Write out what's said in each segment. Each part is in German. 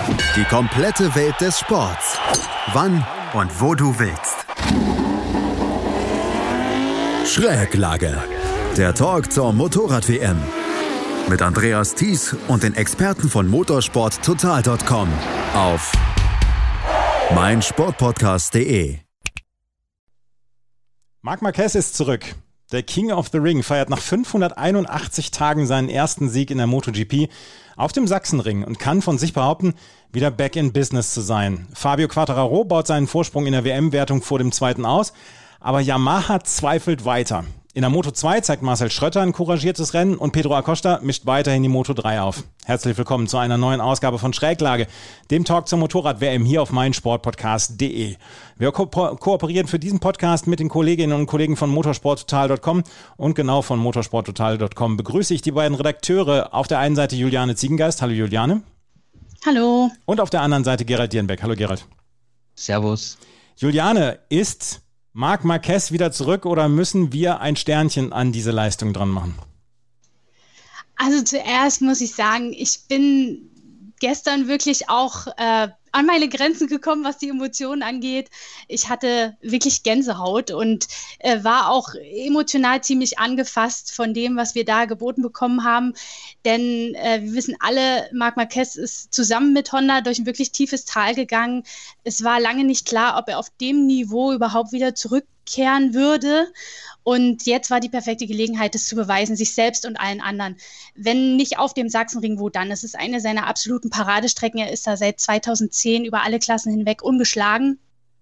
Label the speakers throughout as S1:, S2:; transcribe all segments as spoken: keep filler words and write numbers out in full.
S1: Die komplette Welt des Sports. Wann und wo du willst. Schräglage. Der Talk zur Motorrad-W M. Mit Andreas Thies und den Experten von motorsport total Punkt com auf meinsportpodcast punkt de.
S2: Marc Marquez ist zurück. Der King of the Ring feiert nach fünfhunderteinundachtzig Tagen seinen ersten Sieg in der MotoGP auf dem Sachsenring und kann von sich behaupten, wieder back in business zu sein. Fabio Quartararo baut seinen Vorsprung in der W M-Wertung vor dem zweiten aus, aber Yamaha zweifelt weiter. In der Moto zwei zeigt Marcel Schrötter ein couragiertes Rennen und Pedro Acosta mischt weiterhin die Moto drei auf. Herzlich willkommen zu einer neuen Ausgabe von Schräglage, dem Talk zur Motorrad-W M hier auf meinsportpodcast punkt de. Wir ko- kooperieren für diesen Podcast mit den Kolleginnen und Kollegen von motorsport total Punkt com und genau von motorsport total Punkt com begrüße ich die beiden Redakteure. Auf der einen Seite Juliane Ziegengeist. Hallo Juliane.
S3: Hallo. Und auf der anderen Seite Gerald Dierenbeck. Hallo Gerald.
S4: Servus.
S2: Juliane, ist Marc Marquez wieder zurück oder müssen wir ein Sternchen an diese Leistung dran machen?
S3: Also zuerst muss ich sagen, ich bin gestern wirklich auch äh, an meine Grenzen gekommen, was die Emotionen angeht. Ich hatte wirklich Gänsehaut und äh, war auch emotional ziemlich angefasst von dem, was wir da geboten bekommen haben. Denn äh, wir wissen alle, Marc Marquez ist zusammen mit Honda durch ein wirklich tiefes Tal gegangen. Es war lange nicht klar, ob er auf dem Niveau überhaupt wieder zurückkehren würde. Und jetzt war die perfekte Gelegenheit, das zu beweisen, sich selbst und allen anderen. Wenn nicht auf dem Sachsenring, wo dann? Es ist eine seiner absoluten Paradestrecken. Er ist da seit zweitausendzehn über alle Klassen hinweg ungeschlagen.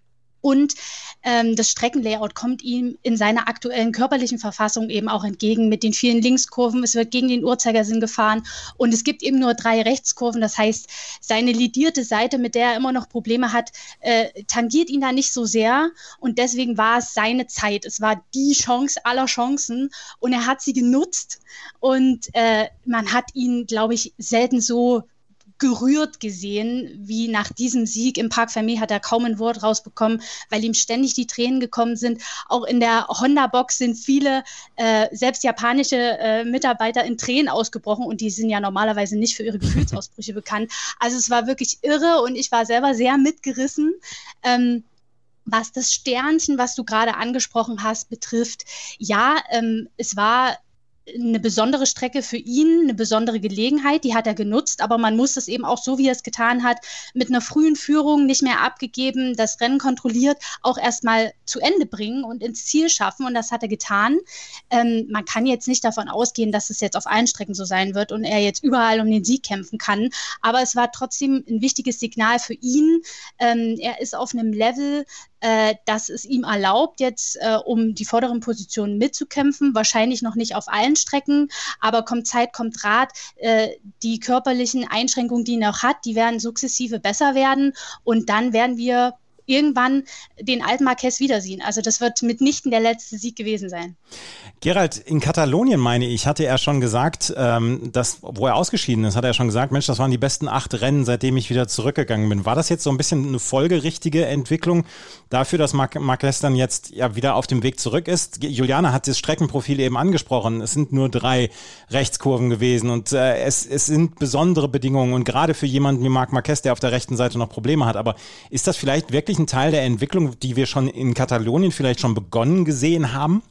S3: Und ähm, das Streckenlayout kommt ihm in seiner aktuellen körperlichen Verfassung eben auch entgegen mit den vielen Linkskurven. Es wird gegen den Uhrzeigersinn gefahren und es gibt eben nur drei Rechtskurven. Das heißt, seine lidierte Seite, mit der er immer noch Probleme hat, äh, tangiert ihn da nicht so sehr. Und deswegen war es seine Zeit. Es war die Chance aller Chancen und er hat sie genutzt. Und äh, man hat ihn, glaube ich, selten so gerührt gesehen, wie nach diesem Sieg im Parc Fermé hat er kaum ein Wort rausbekommen, weil ihm ständig die Tränen gekommen sind. Auch in der Honda-Box sind viele, äh, selbst japanische äh, Mitarbeiter in Tränen ausgebrochen und die sind ja normalerweise nicht für ihre Gefühlsausbrüche bekannt. Also es war wirklich irre und ich war selber sehr mitgerissen. Ähm, was das Sternchen, was du gerade angesprochen hast, betrifft, ja, ähm, es war eine besondere Strecke für ihn, eine besondere Gelegenheit, die hat er genutzt, aber man muss das eben auch so, wie er es getan hat, mit einer frühen Führung nicht mehr abgegeben, das Rennen kontrolliert, auch erstmal zu Ende bringen und ins Ziel schaffen und das hat er getan. Ähm, man kann jetzt nicht davon ausgehen, dass es jetzt auf allen Strecken so sein wird und er jetzt überall um den Sieg kämpfen kann, aber es war trotzdem ein wichtiges Signal für ihn. Ähm, er ist auf einem Level, äh, das es ihm erlaubt, jetzt äh, um die vorderen Positionen mitzukämpfen, wahrscheinlich noch nicht auf allen Strecken, aber kommt Zeit, kommt Rat. Äh, die körperlichen Einschränkungen, die er noch hat, die werden sukzessive besser werden und dann werden wir irgendwann den alten Marquez wiedersehen. Also das wird mitnichten der letzte Sieg gewesen sein.
S2: Gerald, in Katalonien, meine ich, hatte er schon gesagt, ähm, dass, wo er ausgeschieden ist, hat er schon gesagt, Mensch, das waren die besten acht Rennen, seitdem ich wieder zurückgegangen bin. War das jetzt so ein bisschen eine folgerichtige Entwicklung dafür, dass Mar- Marquez dann jetzt ja wieder auf dem Weg zurück ist? Juliane hat das Streckenprofil eben angesprochen. Es sind nur drei Rechtskurven gewesen und äh, es, es sind besondere Bedingungen und gerade für jemanden wie Marc Marquez, der auf der rechten Seite noch Probleme hat. Aber ist das vielleicht wirklich ein Teil der Entwicklung, die wir schon in Katalonien vielleicht schon begonnen gesehen haben?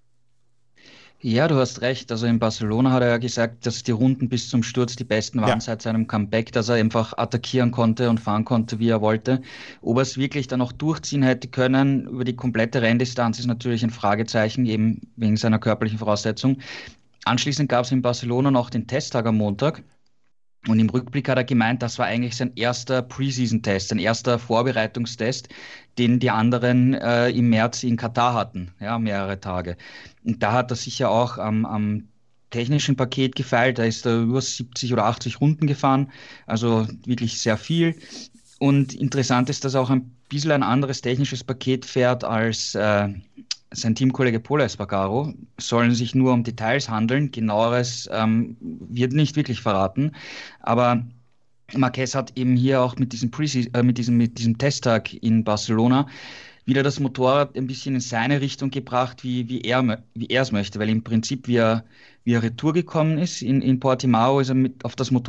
S4: Ja, du hast recht. Also in Barcelona hat er ja gesagt, dass die Runden bis zum Sturz die besten waren ja. seit seinem Comeback, dass er einfach attackieren konnte und fahren konnte, wie er wollte. Ob er es wirklich dann auch durchziehen hätte können über die komplette Renndistanz, ist natürlich ein Fragezeichen, eben wegen seiner körperlichen Voraussetzung. Anschließend gab es in Barcelona noch den Testtag am Montag. Und im Rückblick hat er gemeint, das war eigentlich sein erster Preseason-Test, sein erster Vorbereitungstest, den die anderen äh, im März in Katar hatten, ja, mehrere Tage. Und da hat er sicher auch am, am technischen Paket gefeilt, da ist er über siebzig oder achtzig Runden gefahren, also wirklich sehr viel. Und interessant ist, dass er auch ein bisschen ein anderes technisches Paket fährt als äh, sein Teamkollege Pol Espargaro. Sollen sich nur um Details handeln, genaueres ähm, wird nicht wirklich verraten, aber Marquez hat eben hier auch mit diesem, Pre- äh, mit diesem, mit diesem Testtag in Barcelona wieder das Motorrad ein bisschen in seine Richtung gebracht, wie, wie er wie er es möchte, weil im Prinzip, wie er, wie er retour gekommen ist in, in Portimao, ist er mit auf das Motorrad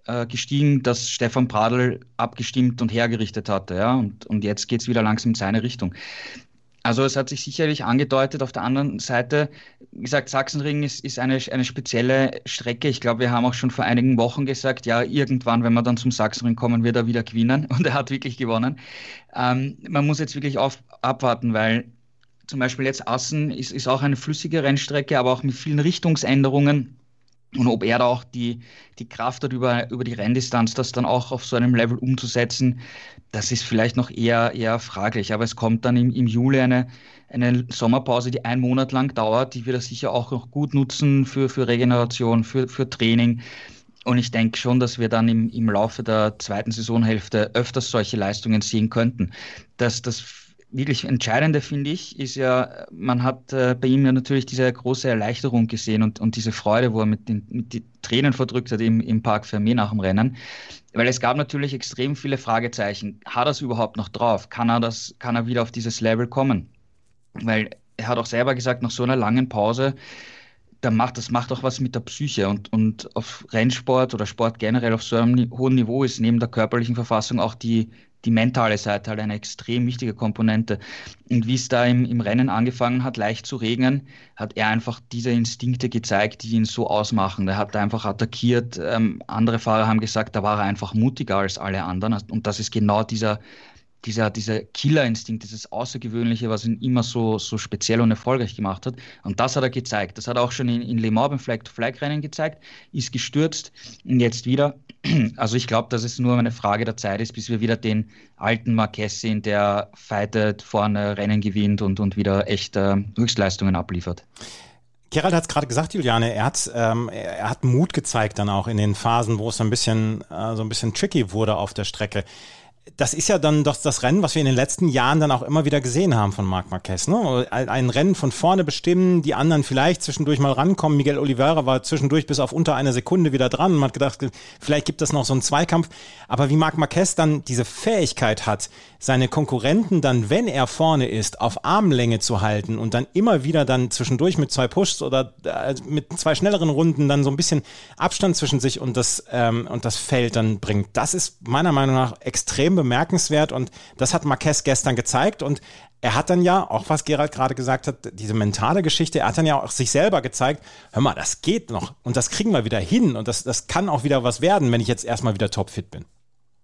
S4: äh, gestiegen, dass Stefan Bradl abgestimmt und hergerichtet hatte. Ja? Und, und jetzt geht es wieder langsam in seine Richtung. Also es hat sich sicherlich angedeutet. Auf der anderen Seite, wie gesagt, Sachsenring ist, ist eine, eine spezielle Strecke. Ich glaube, wir haben auch schon vor einigen Wochen gesagt, ja, irgendwann, wenn wir dann zum Sachsenring kommen, wird er wieder gewinnen. Und er hat wirklich gewonnen. Ähm, man muss jetzt wirklich auf, abwarten, weil zum Beispiel jetzt Assen ist, ist auch eine flüssige Rennstrecke, aber auch mit vielen Richtungsänderungen. Und ob er da auch die, die Kraft hat, über, über die Renndistanz das dann auch auf so einem Level umzusetzen, das ist vielleicht noch eher, eher fraglich. Aber es kommt dann im, im Juli eine, eine Sommerpause, die einen Monat lang dauert. Die wird er sicher auch noch gut nutzen für, für Regeneration, für, für Training. Und ich denke schon, dass wir dann im, im Laufe der zweiten Saisonhälfte öfters solche Leistungen sehen könnten. Dass das wirklich Entscheidende, finde ich, ist ja, man hat äh, bei ihm ja natürlich diese große Erleichterung gesehen und, und diese Freude, wo er mit den, mit den Tränen verdrückt hat im, im Parc Fermé nach dem Rennen. Weil es gab natürlich extrem viele Fragezeichen. Hat er es überhaupt noch drauf? Kann er das, kann er wieder auf dieses Level kommen? Weil er hat auch selber gesagt, nach so einer langen Pause, da macht, das macht auch was mit der Psyche. Und, und auf Rennsport oder Sport generell auf so einem hohen Niveau ist neben der körperlichen Verfassung auch die die mentale Seite halt eine extrem wichtige Komponente. Und wie es da im, im Rennen angefangen hat, leicht zu regnen, hat er einfach diese Instinkte gezeigt, die ihn so ausmachen. Er hat einfach attackiert. Ähm, andere Fahrer haben gesagt, da war er einfach mutiger als alle anderen. Und das ist genau dieser, dieser, dieser Killerinstinkt, dieses Außergewöhnliche, was ihn immer so, so speziell und erfolgreich gemacht hat. Und das hat er gezeigt. Das hat er auch schon in, in Le Mans beim Flag-to-Flag-Rennen gezeigt, ist gestürzt und jetzt wieder. Also ich glaube, dass es nur eine Frage der Zeit ist, bis wir wieder den alten Marquez sehen, der fightet, vorne Rennen gewinnt und, und wieder echt äh, Höchstleistungen abliefert.
S2: Gerald hat es gerade gesagt, Juliane, er hat, ähm, er hat Mut gezeigt dann auch in den Phasen, wo es so ein bisschen, äh, so ein bisschen tricky wurde auf der Strecke. Das ist ja dann doch das Rennen, was wir in den letzten Jahren dann auch immer wieder gesehen haben von Marc Marquez. Ne? Ein Rennen von vorne bestimmen, die anderen vielleicht zwischendurch mal rankommen. Miguel Oliveira war zwischendurch bis auf unter eine Sekunde wieder dran. Man hat gedacht, vielleicht gibt es noch so einen Zweikampf. Aber wie Marc Marquez dann diese Fähigkeit hat, seine Konkurrenten dann, wenn er vorne ist, auf Armlänge zu halten und dann immer wieder dann zwischendurch mit zwei Pushs oder äh, mit zwei schnelleren Runden dann so ein bisschen Abstand zwischen sich und das, ähm, und das Feld dann bringt. Das ist meiner Meinung nach extrem bemerkenswert und das hat Marquez gestern gezeigt und er hat dann ja, auch was Gerald gerade gesagt hat, diese mentale Geschichte, er hat dann ja auch sich selber gezeigt, hör mal, das geht noch und das kriegen wir wieder hin und das, das kann auch wieder was werden, wenn ich jetzt erstmal wieder topfit bin.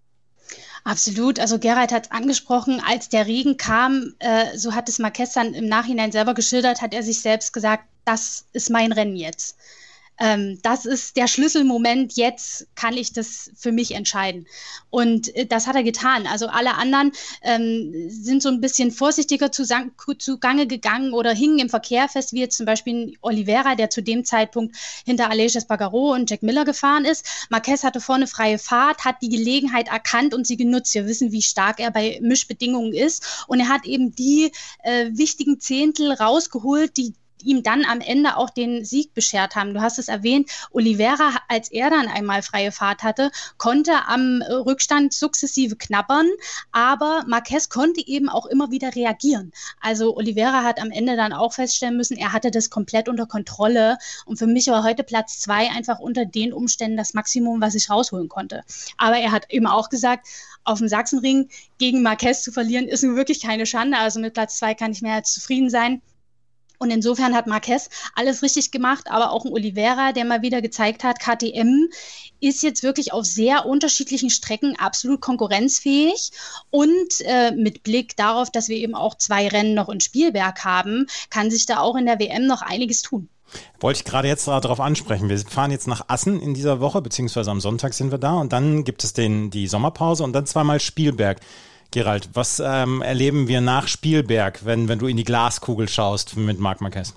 S3: Absolut, also Gerald hat es angesprochen, als der Regen kam, äh, so hat es Marquez dann im Nachhinein selber geschildert, hat er sich selbst gesagt, das ist mein Rennen jetzt. Ähm, das ist der Schlüsselmoment, jetzt kann ich das für mich entscheiden. Und äh, das hat er getan. Also alle anderen ähm, sind so ein bisschen vorsichtiger zusammen, zugange gegangen oder hingen im Verkehr fest, wie jetzt zum Beispiel Oliveira, der zu dem Zeitpunkt hinter Aleix Espargaró und Jack Miller gefahren ist. Marquez hatte vorne freie Fahrt, hat die Gelegenheit erkannt und sie genutzt. Wir wissen, wie stark er bei Mischbedingungen ist. Und er hat eben die äh, wichtigen Zehntel rausgeholt, die ihm dann am Ende auch den Sieg beschert haben. Du hast es erwähnt, Oliveira, als er dann einmal freie Fahrt hatte, konnte am Rückstand sukzessive knabbern, aber Marquez konnte eben auch immer wieder reagieren. Also Oliveira hat am Ende dann auch feststellen müssen, er hatte das komplett unter Kontrolle und für mich war heute Platz zwei einfach unter den Umständen das Maximum, was ich rausholen konnte. Aber er hat eben auch gesagt, auf dem Sachsenring gegen Marquez zu verlieren, ist nun wirklich keine Schande. Also mit Platz zwei kann ich mehr als zufrieden sein. Und insofern hat Marquez alles richtig gemacht, aber auch ein Oliveira, der mal wieder gezeigt hat, K T M ist jetzt wirklich auf sehr unterschiedlichen Strecken absolut konkurrenzfähig. Und äh, mit Blick darauf, dass wir eben auch zwei Rennen noch in Spielberg haben, kann sich da auch in der W M noch einiges tun.
S2: Wollte ich gerade jetzt darauf ansprechen. Wir fahren jetzt nach Assen in dieser Woche, beziehungsweise am Sonntag sind wir da und dann gibt es den, die Sommerpause und dann zweimal Spielberg. Gerald, was ähm, erleben wir nach Spielberg, wenn, wenn du in die Glaskugel schaust mit Marc Marquez?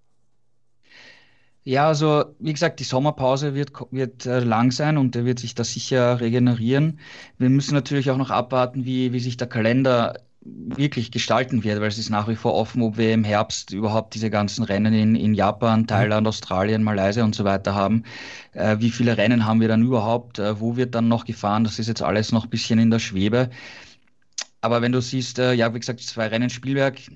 S4: Ja, also wie gesagt, die Sommerpause wird, wird äh, lang sein und er wird sich da sicher regenerieren. Wir müssen natürlich auch noch abwarten, wie, wie sich der Kalender wirklich gestalten wird, weil es ist nach wie vor offen, ob wir im Herbst überhaupt diese ganzen Rennen in, in Japan, Thailand, Australien, Malaysia und so weiter haben. Äh, wie viele Rennen haben wir dann überhaupt? Äh, wo wird dann noch gefahren? Das ist jetzt alles noch ein bisschen in der Schwebe. Aber wenn du siehst, äh, ja, wie gesagt, zwei Rennen Spielberg,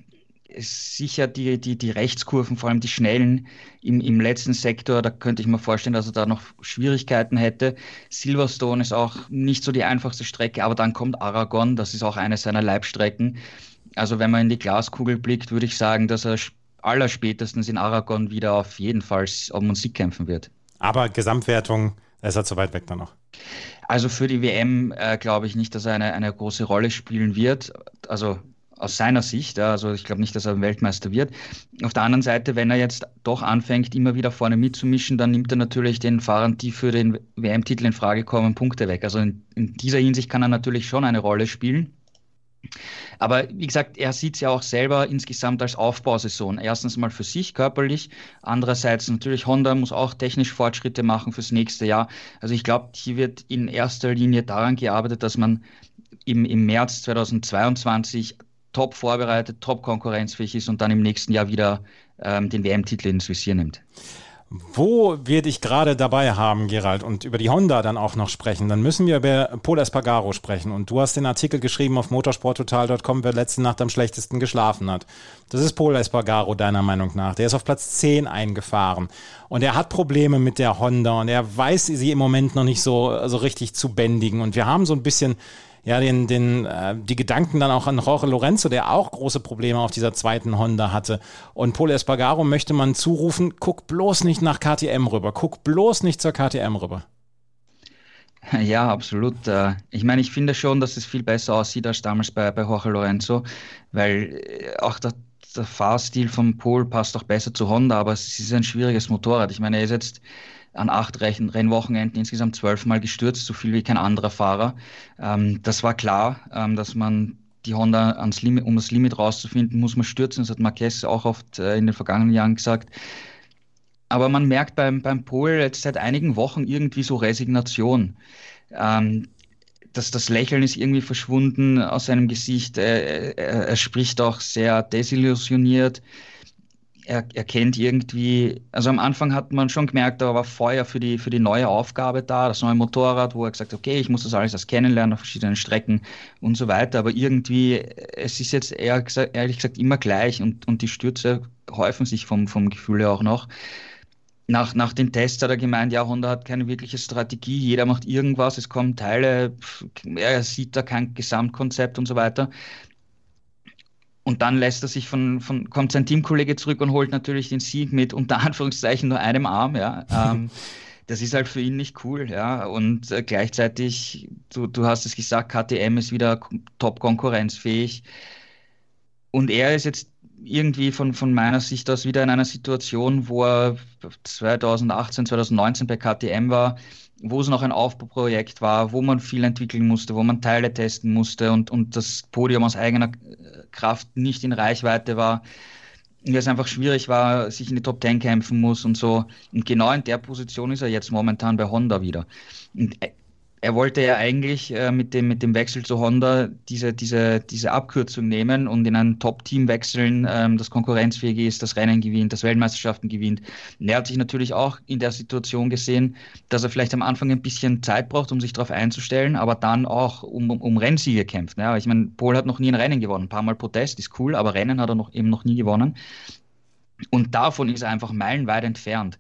S4: sicher die, die, die Rechtskurven, vor allem die schnellen im, im letzten Sektor, da könnte ich mir vorstellen, dass er da noch Schwierigkeiten hätte. Silverstone ist auch nicht so die einfachste Strecke, aber dann kommt Aragon, das ist auch eine seiner Leibstrecken. Also wenn man in die Glaskugel blickt, würde ich sagen, dass er allerspätestens in Aragon wieder auf jeden Fall um den Sieg kämpfen wird.
S2: Aber Gesamtwertung, ist er zu weit weg dann noch?
S4: Also für die W M äh, glaube ich nicht, dass er eine, eine große Rolle spielen wird. Also aus seiner Sicht, ja, also ich glaube nicht, dass er Weltmeister wird. Auf der anderen Seite, wenn er jetzt doch anfängt, immer wieder vorne mitzumischen, dann nimmt er natürlich den Fahrern, die für den W M-Titel in Frage kommen, Punkte weg. Also in, in dieser Hinsicht kann er natürlich schon eine Rolle spielen. Aber wie gesagt, er sieht es ja auch selber insgesamt als Aufbausaison. Erstens mal für sich körperlich, andererseits natürlich Honda muss auch technisch Fortschritte machen fürs nächste Jahr. Also ich glaube, hier wird in erster Linie daran gearbeitet, dass man im, im März zweitausendzweiundzwanzig top vorbereitet, top konkurrenzfähig ist und dann im nächsten Jahr wieder ähm, den W M-Titel ins Visier nimmt.
S2: Wo wir dich gerade dabei haben, Gerald, und über die Honda dann auch noch sprechen, dann müssen wir über Pol Espargaro sprechen. Und du hast den Artikel geschrieben auf motorsporttotal punkt com, wer letzte Nacht am schlechtesten geschlafen hat. Das ist Pol Espargaro, deiner Meinung nach. Der ist auf Platz zehn eingefahren. Und er hat Probleme mit der Honda und er weiß sie im Moment noch nicht so, so richtig zu bändigen. Und wir haben so ein bisschen ja, den, den, äh, die Gedanken dann auch an Jorge Lorenzo, der auch große Probleme auf dieser zweiten Honda hatte. Und Pol Espargaro möchte man zurufen, guck bloß nicht nach K T M rüber, guck bloß nicht zur K T M rüber.
S4: Ja, absolut. Ich meine, ich finde schon, dass es viel besser aussieht als damals bei, bei Jorge Lorenzo, weil auch der, der Fahrstil von Pol passt auch besser zu Honda, aber es ist ein schwieriges Motorrad. Ich meine, er ist jetzt an acht Rennwochenenden insgesamt zwölfmal gestürzt, so viel wie kein anderer Fahrer. Ähm, das war klar, ähm, dass man die Honda ans Limit, um das Limit rauszufinden, muss man stürzen. Das hat Marquez auch oft äh, in den vergangenen Jahren gesagt. Aber man merkt beim, beim Pol jetzt seit einigen Wochen irgendwie so Resignation. Ähm, das, das Lächeln ist irgendwie verschwunden aus seinem Gesicht. Er, er, er spricht auch sehr desillusioniert. Er, er kennt irgendwie, also am Anfang hat man schon gemerkt, da war Feuer für die, für die neue Aufgabe da, das neue Motorrad, wo er gesagt hat, okay, ich muss das alles erst kennenlernen auf verschiedenen Strecken und so weiter, aber irgendwie, es ist jetzt eher gesagt, ehrlich gesagt immer gleich und, und die Stürze häufen sich vom, vom Gefühl her auch noch. Nach, nach den Tests hat er gemeint, ja, Honda hat keine wirkliche Strategie, jeder macht irgendwas, es kommen Teile, er sieht da kein Gesamtkonzept und so weiter. Und dann lässt er sich von, von, kommt sein Teamkollege zurück und holt natürlich den Sieg mit unter Anführungszeichen nur einem Arm, ja. ähm, das ist halt für ihn nicht cool, ja. Und äh, gleichzeitig, du, du hast es gesagt, K T M ist wieder top konkurrenzfähig. Und er ist jetzt irgendwie von, von meiner Sicht aus wieder in einer Situation, wo er zweitausendachtzehn, zweitausendneunzehn bei K T M war, wo es noch ein Aufbauprojekt war, wo man viel entwickeln musste, wo man Teile testen musste und, und das Podium aus eigener Kraft nicht in Reichweite war, und es einfach schwierig war, sich in die Top Ten kämpfen muss und so. Und genau in der Position ist er jetzt momentan bei Honda wieder. Und er wollte ja eigentlich äh, mit dem, mit dem Wechsel zu Honda diese, diese, diese Abkürzung nehmen und in ein Top-Team wechseln, ähm, das konkurrenzfähig ist, das Rennen gewinnt, das Weltmeisterschaften gewinnt. Und er hat sich natürlich auch in der Situation gesehen, dass er vielleicht am Anfang ein bisschen Zeit braucht, um sich darauf einzustellen, aber dann auch um, um, um Rennsiege kämpft. Ja, ich meine, Pol hat noch nie ein Rennen gewonnen. Ein paar Mal Protest ist cool, aber Rennen hat er noch, eben noch nie gewonnen. Und davon ist er einfach meilenweit entfernt.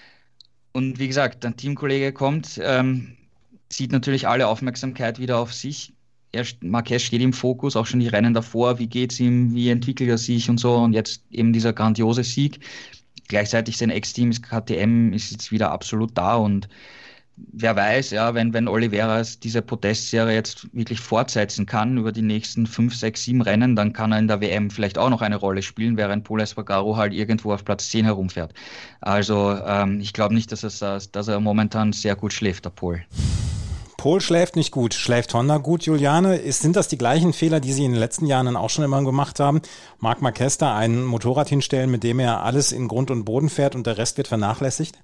S4: Und wie gesagt, ein Teamkollege kommt, ähm, zieht natürlich alle Aufmerksamkeit wieder auf sich. Er, Marquez steht im Fokus, auch schon die Rennen davor, wie geht's ihm, wie entwickelt er sich und so, und jetzt eben dieser grandiose Sieg. Gleichzeitig sein Ex-Team ist K T M, ist jetzt wieder absolut da, und wer weiß, ja, wenn, wenn Oliveira diese Protestserie jetzt wirklich fortsetzen kann über die nächsten fünf, sechs, sieben Rennen, dann kann er in der W M vielleicht auch noch eine Rolle spielen, während Pol Espargaro halt irgendwo auf Platz zehn herumfährt. Also ähm, ich glaube nicht, dass, es, dass er momentan sehr gut schläft, der Pol.
S2: Pol schläft nicht gut. Schläft Honda gut, Juliane? Ist, sind das die gleichen Fehler, die sie in den letzten Jahren dann auch schon immer gemacht haben? Marc Marquez da ein Motorrad hinstellen, mit dem er alles in Grund und Boden fährt und der Rest wird vernachlässigt?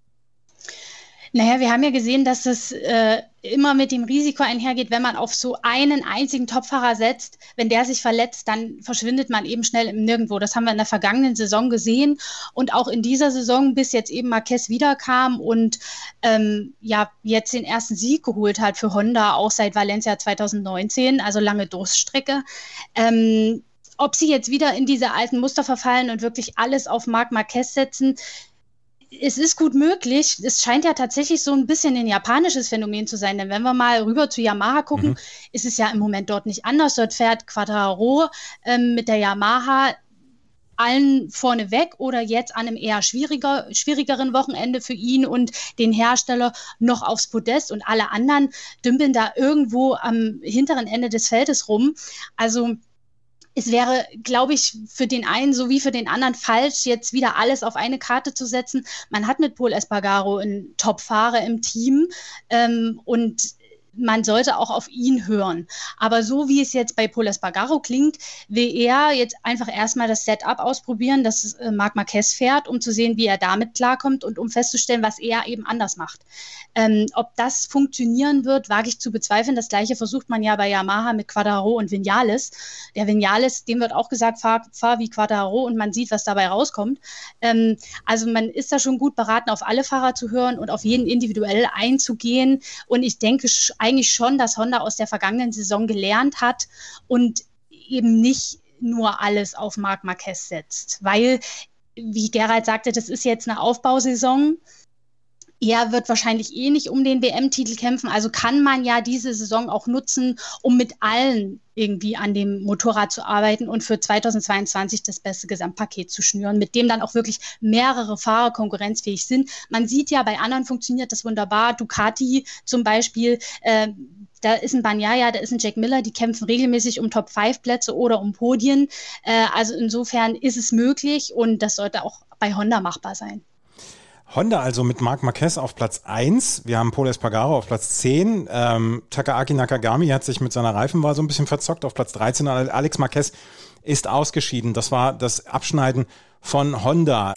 S3: Naja, wir haben ja gesehen, dass es äh, immer mit dem Risiko einhergeht, wenn man auf so einen einzigen Topfahrer setzt. Wenn der sich verletzt, dann verschwindet man eben schnell im Nirgendwo. Das haben wir in der vergangenen Saison gesehen und auch in dieser Saison, bis jetzt eben Marquez wiederkam und ähm, ja jetzt den ersten Sieg geholt hat für Honda, auch seit Valencia zweitausendneunzehn, also lange Durststrecke. Ähm, ob sie jetzt wieder in diese alten Muster verfallen und wirklich alles auf Marc Marquez setzen, es ist gut möglich. Es scheint ja tatsächlich so ein bisschen ein japanisches Phänomen zu sein, denn wenn wir mal rüber zu Yamaha gucken, mhm. ist es ja im Moment dort nicht anders. Dort fährt Quartararo ähm, mit der Yamaha allen vorneweg oder jetzt an einem eher schwieriger, schwierigeren Wochenende für ihn und den Hersteller noch aufs Podest und alle anderen dümpeln da irgendwo am hinteren Ende des Feldes rum. Also es wäre, glaube ich, für den einen sowie für den anderen falsch, jetzt wieder alles auf eine Karte zu setzen. Man hat mit Pol Espargaro einen Top-Fahrer im Team ähm, und man sollte auch auf ihn hören. Aber so wie es jetzt bei Pol Espargaro klingt, will er jetzt einfach erstmal das Setup ausprobieren, das äh, Marc Marquez fährt, um zu sehen, wie er damit klarkommt und um festzustellen, was er eben anders macht. Ähm, ob das funktionieren wird, wage ich zu bezweifeln. Das Gleiche versucht man ja bei Yamaha mit Quartararo und Viñales. Der Viñales, dem wird auch gesagt, fahr, fahr wie Quartararo und man sieht, was dabei rauskommt. Ähm, also man ist da schon gut beraten, auf alle Fahrer zu hören und auf jeden individuell einzugehen. Und ich denke sch- eigentlich schon, dass Honda aus der vergangenen Saison gelernt hat und eben nicht nur alles auf Marc Marquez setzt. Weil, wie Gerald sagte, das ist jetzt eine Aufbausaison. Er wird wahrscheinlich eh nicht um den W M-Titel kämpfen, also kann man ja diese Saison auch nutzen, um mit allen irgendwie an dem Motorrad zu arbeiten und für zweitausendzweiundzwanzig das beste Gesamtpaket zu schnüren, mit dem dann auch wirklich mehrere Fahrer konkurrenzfähig sind. Man sieht ja, bei anderen funktioniert das wunderbar. Ducati zum Beispiel, äh, da ist ein Bagnaia, da ist ein Jack Miller, die kämpfen regelmäßig um Top fünf Plätze oder um Podien. Äh, also insofern ist es möglich und das sollte auch bei Honda machbar sein.
S2: Honda also mit Marc Marquez auf Platz eins. Wir haben Pol Espargaro auf Platz zehn. Ähm, Takaaki Nakagami hat sich mit seiner Reifenwahl so ein bisschen verzockt auf Platz dreizehn. Alex Marquez ist ausgeschieden. Das war das Abschneiden von Honda.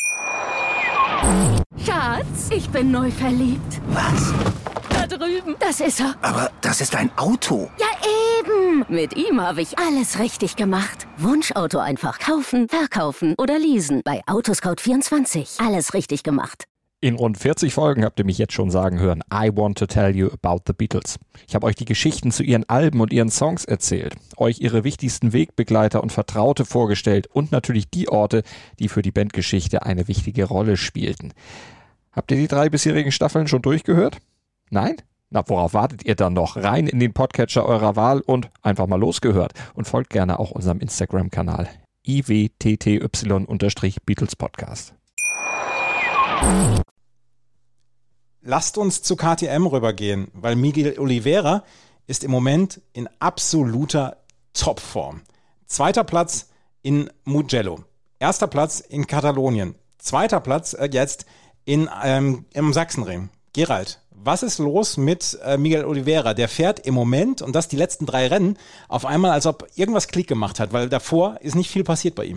S5: Schatz, ich bin neu verliebt.
S6: Was?
S5: Da drüben. Das ist er.
S6: Aber das ist ein Auto.
S5: Ja, eben. Mit ihm habe ich alles richtig gemacht. Wunschauto einfach kaufen, verkaufen oder leasen. Bei Autoscout vierundzwanzig. Alles richtig gemacht.
S7: In rund vierzig Folgen habt ihr mich jetzt schon sagen hören, I want to tell you about the Beatles. Ich habe euch die Geschichten zu ihren Alben und ihren Songs erzählt, euch ihre wichtigsten Wegbegleiter und Vertraute vorgestellt und natürlich die Orte, die für die Bandgeschichte eine wichtige Rolle spielten. Habt ihr die drei bisherigen Staffeln schon durchgehört? Nein? Na, worauf wartet ihr dann noch? Rein in den Podcatcher eurer Wahl und einfach mal losgehört. Und folgt gerne auch unserem Instagram-Kanal I W T T Y-Beatles Podcast.
S2: Lasst uns zu K T M rübergehen, weil Miguel Oliveira ist im Moment in absoluter Topform. Zweiter Platz in Mugello, erster Platz in Katalonien, zweiter Platz äh, jetzt in, ähm, im Sachsenring. Gerald, was ist los mit äh, Miguel Oliveira? Der fährt im Moment, und das die letzten drei Rennen, auf einmal, als ob irgendwas Klick gemacht hat, weil davor ist nicht viel passiert bei ihm.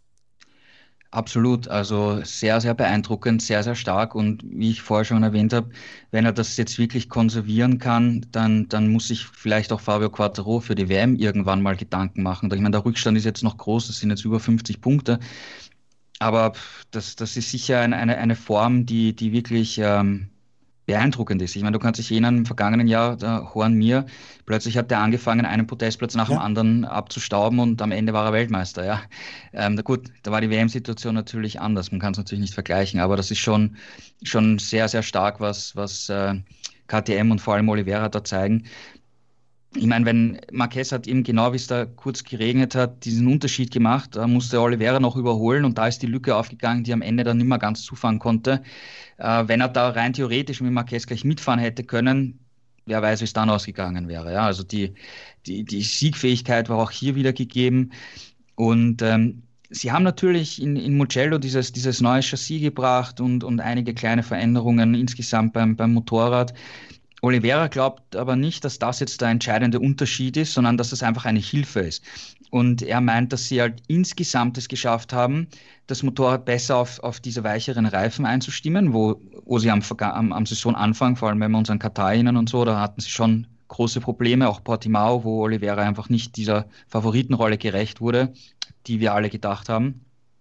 S4: Absolut, also sehr, sehr beeindruckend, sehr, sehr stark und wie ich vorher schon erwähnt habe, wenn er das jetzt wirklich konservieren kann, dann, dann muss sich vielleicht auch Fabio Quartararo für die W M irgendwann mal Gedanken machen. Ich meine, der Rückstand ist jetzt noch groß, das sind jetzt über fünfzig Punkte, aber das, das ist sicher eine, eine, eine Form, die, die wirklich ähm, beeindruckend ist. Ich meine, du kannst dich erinnern, im vergangenen Jahr, der Juan Mir, plötzlich hat er angefangen, einen Podestplatz nach ja. dem anderen abzustauben und am Ende war er Weltmeister. Ja, ähm, gut, da war die W M-Situation natürlich anders. Man kann es natürlich nicht vergleichen, aber das ist schon, schon sehr, sehr stark, was, was äh, K T M und vor allem Oliveira da zeigen. Ich meine, wenn Marquez hat eben genau, wie es da kurz geregnet hat, diesen Unterschied gemacht, da musste Oliveira noch überholen und da ist die Lücke aufgegangen, die am Ende dann nicht mehr ganz zufahren konnte. Äh, wenn er da rein theoretisch mit Marquez gleich mitfahren hätte können, wer weiß, wie es dann ausgegangen wäre. Ja, also die, die, die Siegfähigkeit war auch hier wieder gegeben und ähm, sie haben natürlich in, in Mugello dieses, dieses neue Chassis gebracht und, und einige kleine Veränderungen insgesamt beim, beim Motorrad. Oliveira glaubt aber nicht, dass das jetzt der entscheidende Unterschied ist, sondern dass das einfach eine Hilfe ist. Und er meint, dass sie halt insgesamt es geschafft haben, das Motorrad besser auf, auf diese weicheren Reifen einzustimmen, wo, wo sie am, am, am Saisonanfang, vor allem wenn wir uns an Katar erinnern und so, da hatten sie schon große Probleme, auch Portimao, wo Oliveira einfach nicht dieser Favoritenrolle gerecht wurde, die wir alle gedacht haben.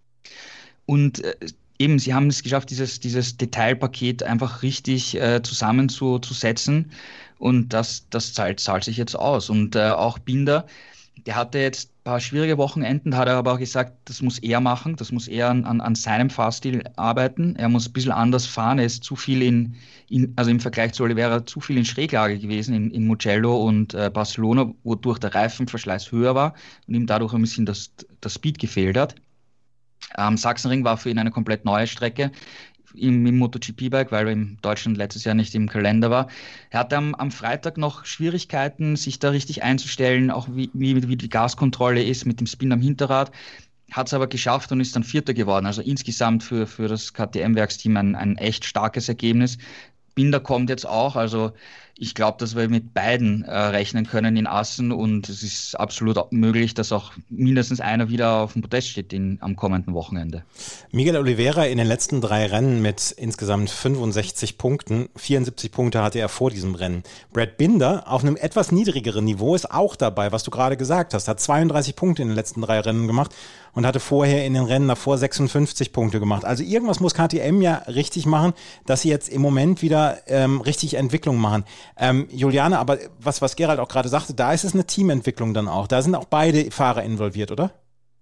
S4: Und äh, Eben, sie haben es geschafft, dieses, dieses Detailpaket einfach richtig äh, zusammenzusetzen und das, das zahlt, zahlt sich jetzt aus. Und äh, auch Binder, Der hatte jetzt ein paar schwierige Wochenenden, hat er aber auch gesagt, das muss er machen, das muss er an, an seinem Fahrstil arbeiten. Er muss ein bisschen anders fahren, er ist zu viel in, in also im Vergleich zu Oliveira, zu viel in Schräglage gewesen in, in Mugello und äh, Barcelona, wodurch der Reifenverschleiß höher war und ihm dadurch ein bisschen das, das Speed gefehlt hat. Ähm, Sachsenring war für ihn eine komplett neue Strecke im, im MotoGP-Bike, weil er in Deutschland letztes Jahr nicht im Kalender war. Er hatte am, am Freitag noch Schwierigkeiten, sich da richtig einzustellen, auch wie, wie, wie die Gaskontrolle ist mit dem Spin am Hinterrad. Hat es aber geschafft und ist dann Vierter geworden. Also insgesamt für, für das K T M-Werksteam ein, ein echt starkes Ergebnis. Binder kommt jetzt auch, also ich glaube, dass wir mit beiden äh, rechnen können in Assen und es ist absolut möglich, dass auch mindestens einer wieder auf dem Podest steht in, am kommenden Wochenende.
S2: Miguel Oliveira in den letzten drei Rennen mit insgesamt fünfundsechzig Punkten, vierundsiebzig Punkte hatte er vor diesem Rennen. Brad Binder auf einem etwas niedrigeren Niveau ist auch dabei, was du gerade gesagt hast, hat zweiunddreißig Punkte in den letzten drei Rennen gemacht und hatte vorher in den Rennen davor sechsundfünfzig Punkte gemacht. Also irgendwas muss K T M ja richtig machen, dass sie jetzt im Moment wieder ähm, richtig Entwicklung machen. Ähm, Juliane, aber was, was Gerald auch gerade sagte, da ist es eine Teamentwicklung dann auch. Da sind auch beide Fahrer involviert, oder?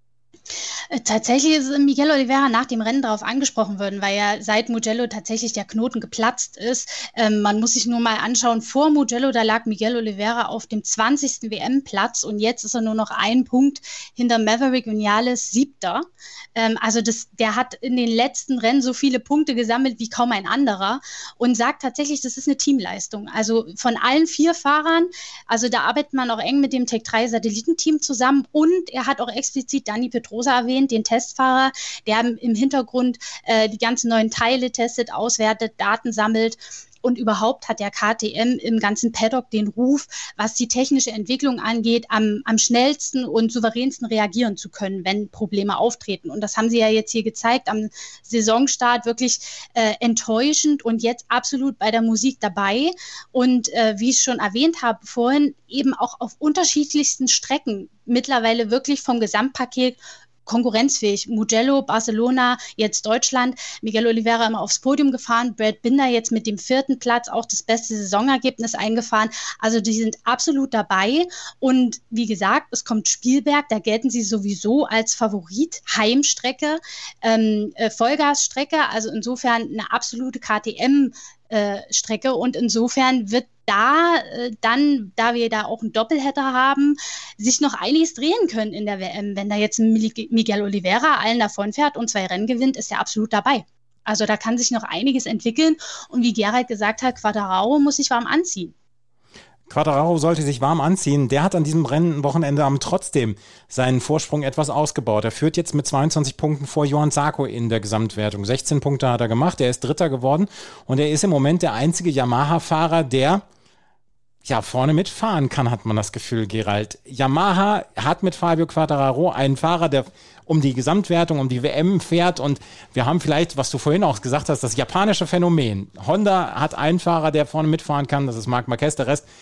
S3: Tatsächlich ist Miguel Oliveira nach dem Rennen darauf angesprochen worden, weil ja seit Mugello tatsächlich der Knoten geplatzt ist. Ähm, man muss sich nur mal anschauen, vor Mugello, da lag Miguel Oliveira auf dem zwanzigsten W M-Platz und jetzt ist er nur noch ein Punkt hinter Maverick Viñales, siebter. Ähm, also das, der hat in den letzten Rennen so viele Punkte gesammelt wie kaum ein anderer und sagt tatsächlich, das ist eine Teamleistung. Also von allen vier Fahrern, also da arbeitet man auch eng mit dem Tech drei Satellitenteam zusammen und er hat auch explizit Dani Pedrosa erwähnt, den Testfahrer, der im Hintergrund äh, die ganzen neuen Teile testet, auswertet, Daten sammelt. Und überhaupt hat der K T M im ganzen Paddock den Ruf, was die technische Entwicklung angeht, am, am schnellsten und souveränsten reagieren zu können, wenn Probleme auftreten. Und das haben sie ja jetzt hier gezeigt, am Saisonstart wirklich äh, enttäuschend und jetzt absolut bei der Musik dabei. Und äh, wie ich schon erwähnt habe vorhin, eben auch auf unterschiedlichsten Strecken mittlerweile wirklich vom Gesamtpaket konkurrenzfähig. Mugello, Barcelona, jetzt Deutschland. Miguel Oliveira immer aufs Podium gefahren. Brad Binder jetzt mit dem vierten Platz auch das beste Saisonergebnis eingefahren. Also die sind absolut dabei. Und wie gesagt, es kommt Spielberg. Da gelten sie sowieso als Favorit. Heimstrecke, ähm, äh, Vollgasstrecke. Also insofern eine absolute K T M Strecke und insofern wird da äh, dann, da wir da auch einen Doppelheader haben, sich noch einiges drehen können in der W M. Wenn da jetzt ein Miguel Oliveira allen davonfährt und zwei Rennen gewinnt, ist er absolut dabei. Also da kann sich noch einiges entwickeln und wie Gerald gesagt hat, Quartararo muss sich warm anziehen.
S2: Quartararo sollte sich warm anziehen. Der hat an diesem Rennwochenende am trotzdem seinen Vorsprung etwas ausgebaut. Er führt jetzt mit zweiundzwanzig Punkten vor Johann Zarco in der Gesamtwertung. sechzehn Punkte hat er gemacht. Er ist Dritter geworden und er ist im Moment der einzige Yamaha-Fahrer, der ja vorne mitfahren kann, hat man das Gefühl, Gerald. Yamaha hat mit Fabio Quartararo einen Fahrer, der um die Gesamtwertung, um die W M fährt und wir haben vielleicht, was du vorhin auch gesagt hast, das japanische Phänomen. Honda hat einen Fahrer, der vorne mitfahren kann, das ist Marc Marquez, der Rest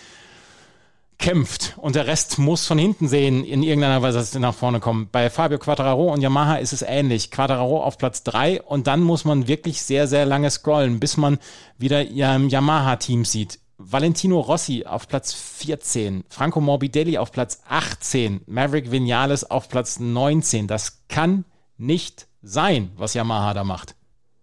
S2: kämpft und der Rest muss von hinten sehen, in irgendeiner Weise, dass sie nach vorne kommen. Bei Fabio Quartararo und Yamaha ist es ähnlich. Quartararo auf Platz drei und dann muss man wirklich sehr, sehr lange scrollen, bis man wieder im Yamaha-Team sieht. Valentino Rossi auf Platz vierzehn, Franco Morbidelli auf Platz achtzehn, Maverick Viñales auf Platz neunzehn. Das kann nicht sein, was Yamaha da macht.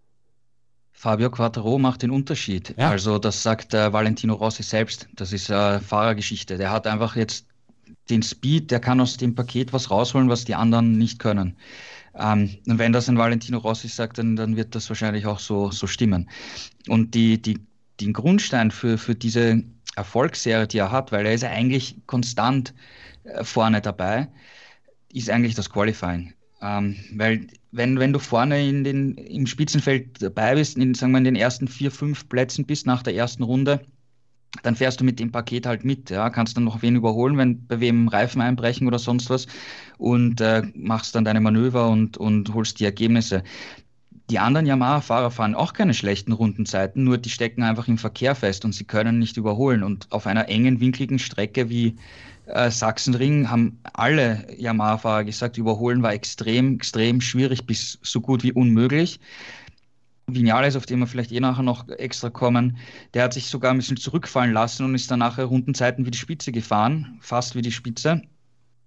S4: Fabio Quartararo macht den Unterschied. Ja. Also das sagt äh, Valentino Rossi selbst. Das ist äh, Fahrergeschichte. Der hat einfach jetzt den Speed, der kann aus dem Paket was rausholen, was die anderen nicht können. Ähm, und wenn das ein Valentino Rossi sagt, dann, dann wird das wahrscheinlich auch so, so stimmen. Und die, die, den Grundstein für, für diese Erfolgsserie, die er hat, weil er ist ja eigentlich konstant äh, vorne dabei, ist eigentlich das Qualifying. Ähm, weil wenn, wenn du vorne in den, im Spitzenfeld dabei bist, in, sagen wir, in den ersten vier, fünf Plätzen bist nach der ersten Runde, dann fährst du mit dem Paket halt mit. Ja? Kannst dann noch wen überholen, wenn bei wem Reifen einbrechen oder sonst was und äh, machst dann deine Manöver und, und holst die Ergebnisse. Die anderen Yamaha-Fahrer fahren auch keine schlechten Rundenzeiten, nur die stecken einfach im Verkehr fest und sie können nicht überholen. Und auf einer engen, winkligen Strecke wie äh, Sachsenring haben alle Yamaha-Fahrer gesagt, überholen war extrem, extrem schwierig bis so gut wie unmöglich. Viñales, auf den wir vielleicht eh nachher noch extra kommen, der hat sich sogar ein bisschen zurückfallen lassen und ist dann nachher Rundenzeiten wie die Spitze gefahren, fast wie die Spitze.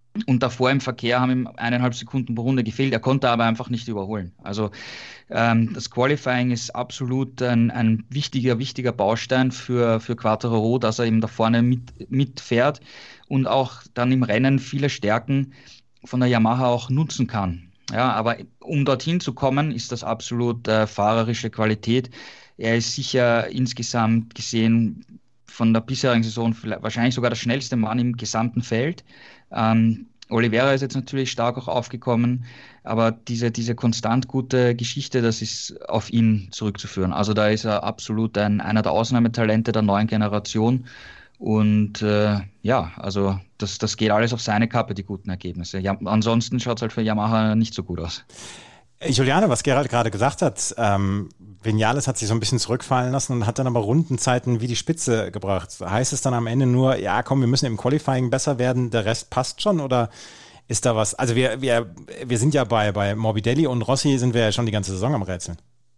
S4: Und davor im Verkehr haben ihm eineinhalb Sekunden pro Runde gefehlt. Er konnte aber einfach nicht überholen. Also ähm, das Qualifying ist absolut ein, ein wichtiger, wichtiger Baustein für, für Quartararo, dass er eben da vorne mit, mitfährt und auch dann im Rennen viele Stärken von der Yamaha auch nutzen kann. Ja, aber um dorthin zu kommen, ist das absolut äh, fahrerische Qualität. Er ist sicher insgesamt gesehen von der bisherigen Saison wahrscheinlich sogar der schnellste Mann im gesamten Feld. Ähm, Oliveira ist jetzt natürlich stark auch aufgekommen, aber diese, diese konstant gute Geschichte, das ist auf ihn zurückzuführen. Also da ist er absolut ein, einer der Ausnahmetalente der neuen Generation. Und äh, ja, also das, das geht alles auf seine Kappe, die guten Ergebnisse. Ja, ansonsten schaut es halt für Yamaha nicht so gut aus.
S2: Juliane, was Gerald gerade gesagt hat, ähm, Vinales hat sich so ein bisschen zurückfallen lassen und hat dann aber Rundenzeiten wie die Spitze gebracht. Heißt es dann am Ende nur, ja komm, wir müssen im Qualifying besser werden, der Rest passt schon, oder ist da was? Also wir, wir, wir sind ja bei, bei Morbidelli und Rossi sind wir ja schon die ganze Saison am Rätseln.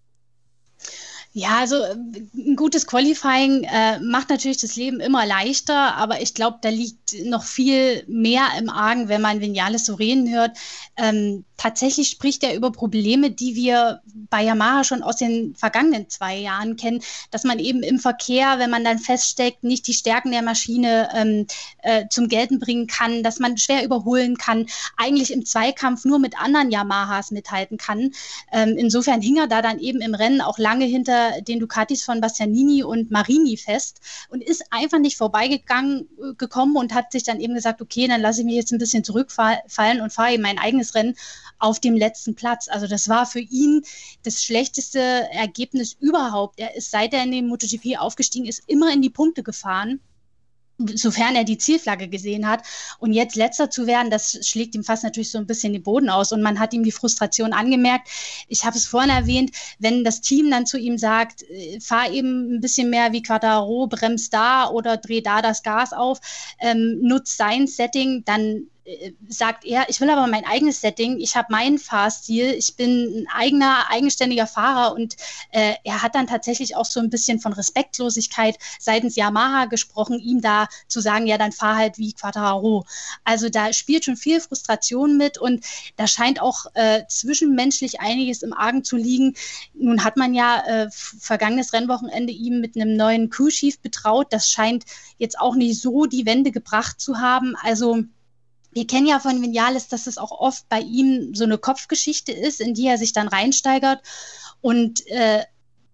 S3: Ja, also ein gutes Qualifying äh, macht natürlich das Leben immer leichter, aber ich glaube, da liegt noch viel mehr im Argen, wenn man Vinales so reden hört. Ähm, tatsächlich spricht er über Probleme, die wir bei Yamaha schon aus den vergangenen zwei Jahren kennen, dass man eben im Verkehr, wenn man dann feststeckt, nicht die Stärken der Maschine ähm, äh, zum Gelten bringen kann, dass man schwer überholen kann, eigentlich im Zweikampf nur mit anderen Yamahas mithalten kann. Ähm, insofern hing er da dann eben im Rennen auch lange hinter den Ducatis von Bastianini und Marini fest und ist einfach nicht vorbeigegangen gekommen und hat sich dann eben gesagt, okay, dann lasse ich mich jetzt ein bisschen zurückfallen und fahre eben mein eigenes Rennen auf dem letzten Platz. Also das war für ihn das schlechteste Ergebnis überhaupt. Er ist, seit er in den MotoGP aufgestiegen ist, immer in die Punkte gefahren, sofern er die Zielflagge gesehen hat. Und jetzt letzter zu werden, das schlägt ihm fast natürlich so ein bisschen den Boden aus. Und man hat ihm die Frustration angemerkt. Ich habe es vorhin erwähnt, wenn das Team dann zu ihm sagt, fahr eben ein bisschen mehr wie Quartararo, bremst da oder dreh da das Gas auf, ähm, nutzt sein Setting, dann sagt er, ich will aber mein eigenes Setting, ich habe meinen Fahrstil, ich bin ein eigener, eigenständiger Fahrer und äh, er hat dann tatsächlich auch so ein bisschen von Respektlosigkeit seitens Yamaha gesprochen, ihm da zu sagen, ja, dann fahr halt wie Quartararo. Also da spielt schon viel Frustration mit und da scheint auch äh, zwischenmenschlich einiges im Argen zu liegen. Nun hat man ja äh, vergangenes Rennwochenende ihm mit einem neuen Crew-Chief betraut, das scheint jetzt auch nicht so die Wende gebracht zu haben, also wir kennen ja von Vinales, dass es auch oft bei ihm so eine Kopfgeschichte ist, in die er sich dann reinsteigert. Und äh,